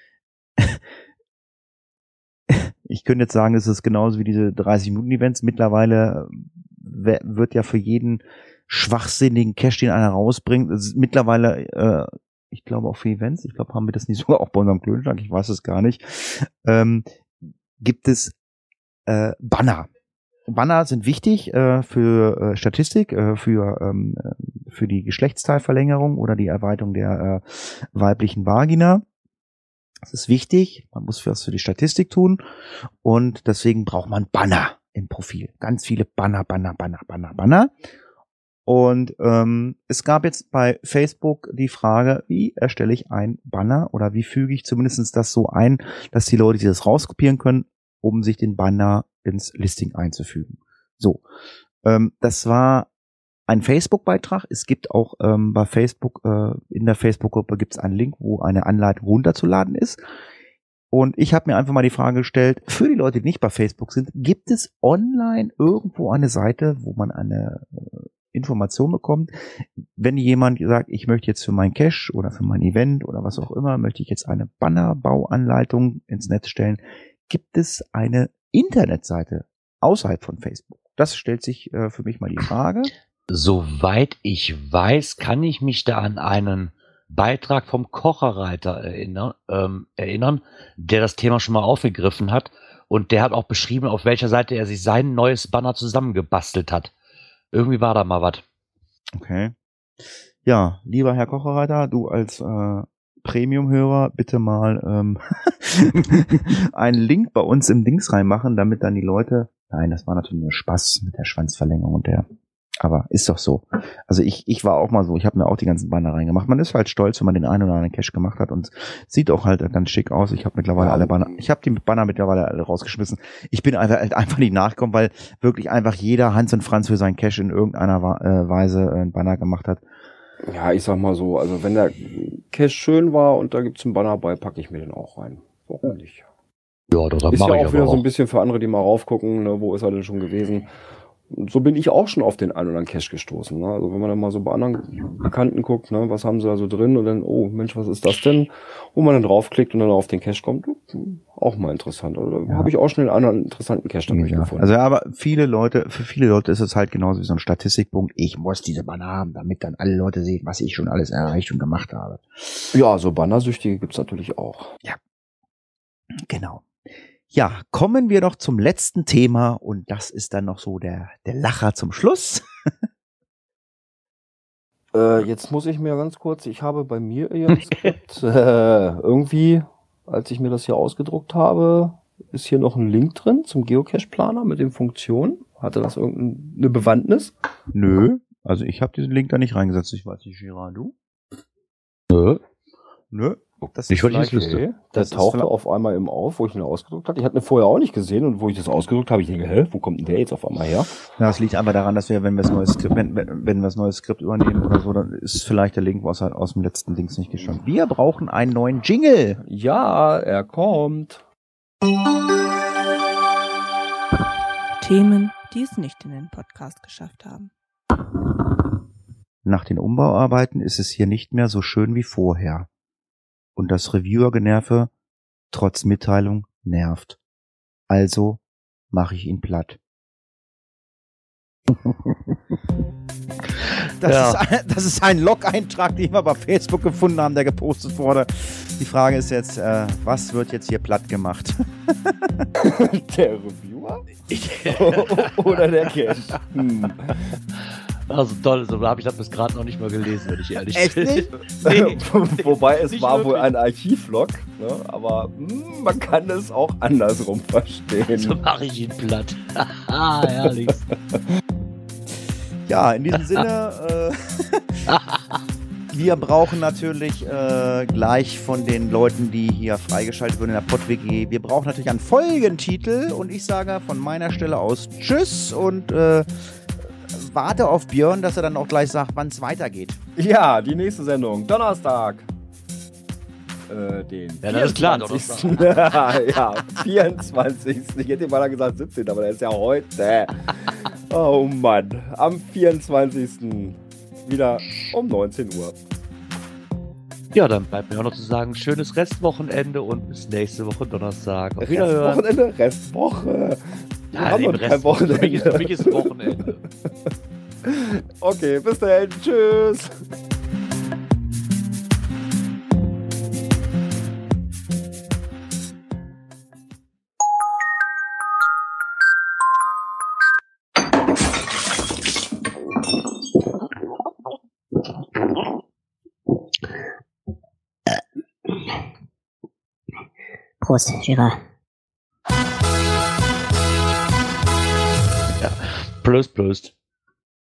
ich könnte jetzt sagen, es ist genauso wie diese dreißig-Minuten-Events. Mittlerweile wird ja für jeden schwachsinnigen Cache, den einer rausbringt, es ist mittlerweile, äh, ich glaube auch für Events, ich glaube, haben wir das nicht sogar auch bei unserem Klönschlag, ich weiß es gar nicht, ähm, gibt es äh, Banner. Banner sind wichtig äh, für äh, Statistik, äh, für ähm, für die Geschlechtsteilverlängerung oder die Erweiterung der äh, weiblichen Vagina. Das ist wichtig, man muss was für die Statistik tun und deswegen braucht man Banner im Profil. Ganz viele Banner, Banner, Banner, Banner, Banner. Und ähm, es gab jetzt bei Facebook die Frage, wie erstelle ich ein Banner oder wie füge ich zumindest das so ein, dass die Leute, die das rauskopieren können, um sich den Banner ins Listing einzufügen. So, ähm, das war ein Facebook-Beitrag. Es gibt auch ähm, bei Facebook, äh, in der Facebook-Gruppe gibt es einen Link, wo eine Anleitung runterzuladen ist. Und ich habe mir einfach mal die Frage gestellt, für die Leute, die nicht bei Facebook sind, gibt es online irgendwo eine Seite, wo man eine äh, Information bekommt, wenn jemand sagt, ich möchte jetzt für mein Cache oder für mein Event oder was auch immer, möchte ich jetzt eine Bannerbauanleitung ins Netz stellen, gibt es eine Internetseite außerhalb von Facebook? Das stellt sich äh, für mich mal die Frage. Soweit ich weiß, kann ich mich da an einen Beitrag vom Kocherreiter erinnern, ähm, erinnern, der das Thema schon mal aufgegriffen hat und der hat auch beschrieben, auf welcher Seite er sich sein neues Banner zusammengebastelt hat. Irgendwie war da mal was. Okay. Ja, lieber Herr Kocherreiter, du als äh, Premium-Hörer bitte mal ähm, einen Link bei uns im Dings reinmachen, damit dann die Leute, nein, das war natürlich nur Spaß mit der Schwanzverlängerung und der, aber ist doch so. Also ich ich war auch mal so, ich habe mir auch die ganzen Banner reingemacht. Man ist halt stolz, wenn man den einen oder anderen Cache gemacht hat und sieht auch halt ganz schick aus. Ich habe mittlerweile ja, alle Banner, ich habe die Banner mittlerweile alle rausgeschmissen. Ich bin einfach halt einfach nicht nachgekommen, weil wirklich einfach jeder Hans und Franz für seinen Cache in irgendeiner äh, Weise einen Banner gemacht hat. Ja, ich sag mal so, also wenn der Cache schön war und da gibt's einen Banner bei, packe ich mir den auch rein. Warum nicht? Ja, das ist mache ja ich auch aber wieder auch. So ein bisschen für andere, die mal raufgucken, ne, wo ist er denn schon gewesen? So bin ich auch schon auf den einen oder anderen Cache gestoßen. Ne? Also wenn man dann mal so bei anderen Bekannten guckt, ne, was haben sie da so drin und dann, oh Mensch, was ist das denn? Wo man dann draufklickt und dann auf den Cache kommt, auch mal interessant. Also Ja. habe ich auch schon den anderen interessanten Cache dadurch Ja. gefunden. Also aber viele Leute, für viele Leute ist es halt genauso wie so ein Statistikpunkt. Ich muss diese Banner haben, damit dann alle Leute sehen, was ich schon alles erreicht und gemacht habe. Ja, so Bannersüchtige gibt's natürlich auch. Genau. Ja, kommen wir doch zum letzten Thema und das ist dann noch so der, der Lacher zum Schluss. Äh, jetzt muss ich mir ganz kurz, ich habe bei mir hier im Skript, äh, irgendwie, als ich mir das hier ausgedruckt habe, ist hier noch ein Link drin zum Geocache-Planer mit den Funktionen. Hatte das irgendeine Bewandtnis? Nö, also ich habe diesen Link da nicht reingesetzt. Ich weiß nicht, Girard, du? Nö. Nö. Das Nicht, was ich vielleicht- wüsste. Okay. Der Das ist tauchte vielleicht- auf einmal eben auf, wo ich ihn ausgedruckt hatte. Ich hatte ihn vorher auch nicht gesehen und wo ich das ausgedruckt habe, ich denke, hä, wo kommt denn der jetzt auf einmal her? Ja, das liegt einfach daran, dass wir, wenn wir das neue Skript, wenn, wenn wenn wir das neue Skript übernehmen oder so, dann ist vielleicht der Link aus, aus dem letzten Dings nicht geschafft. Wir brauchen einen neuen Jingle. Ja, er kommt. Themen, die es nicht in den Podcast geschafft haben. Nach den Umbauarbeiten ist es hier nicht mehr so schön wie vorher. Und das Reviewer-Generve, trotz Mitteilung, nervt. Also mache ich ihn platt. Das, Ja. ist ein, das ist ein Log-Eintrag, den wir bei Facebook gefunden haben, der gepostet wurde. Die Frage ist jetzt, äh, was wird jetzt hier platt gemacht? Der Reviewer? Oder der Cache? Hm. Also toll, so habe ich das bis gerade noch nicht mal gelesen, wenn ich ehrlich Echt bin. nicht? Nee. Wobei es Nicht war wohl wirklich. ein Archivlog, ne? Aber hm, man kann es auch andersrum verstehen. So mache ich ihn platt. Haha, herrlich. Ja, in diesem Sinne, äh, wir brauchen natürlich äh, gleich von den Leuten, die hier freigeschaltet wurden in der Pod-W G, wir brauchen natürlich einen Folgentitel und ich sage von meiner Stelle aus Tschüss und äh, warte auf Björn, dass er dann auch gleich sagt, wann es weitergeht. Ja, die nächste Sendung, Donnerstag. Äh, den Ja, das ist klar, vierundzwanzigsten Ja, vierundzwanzigsten Ich hätte mal gesagt siebzehnten aber der ist ja heute. Oh Mann, am vierundzwanzigsten wieder um neunzehn Uhr. Ja, dann bleibt mir auch noch zu sagen, schönes Restwochenende und bis nächste Woche Donnerstag. Auf Wiederhören. Restwochenende, Restwoche. Wir Ja, haben eben noch kein Rest. Für mich, ist, Wochenende. für mich ist Wochenende. Okay, bis dahin. Tschüss. Prost, Girard. Prost, Prost.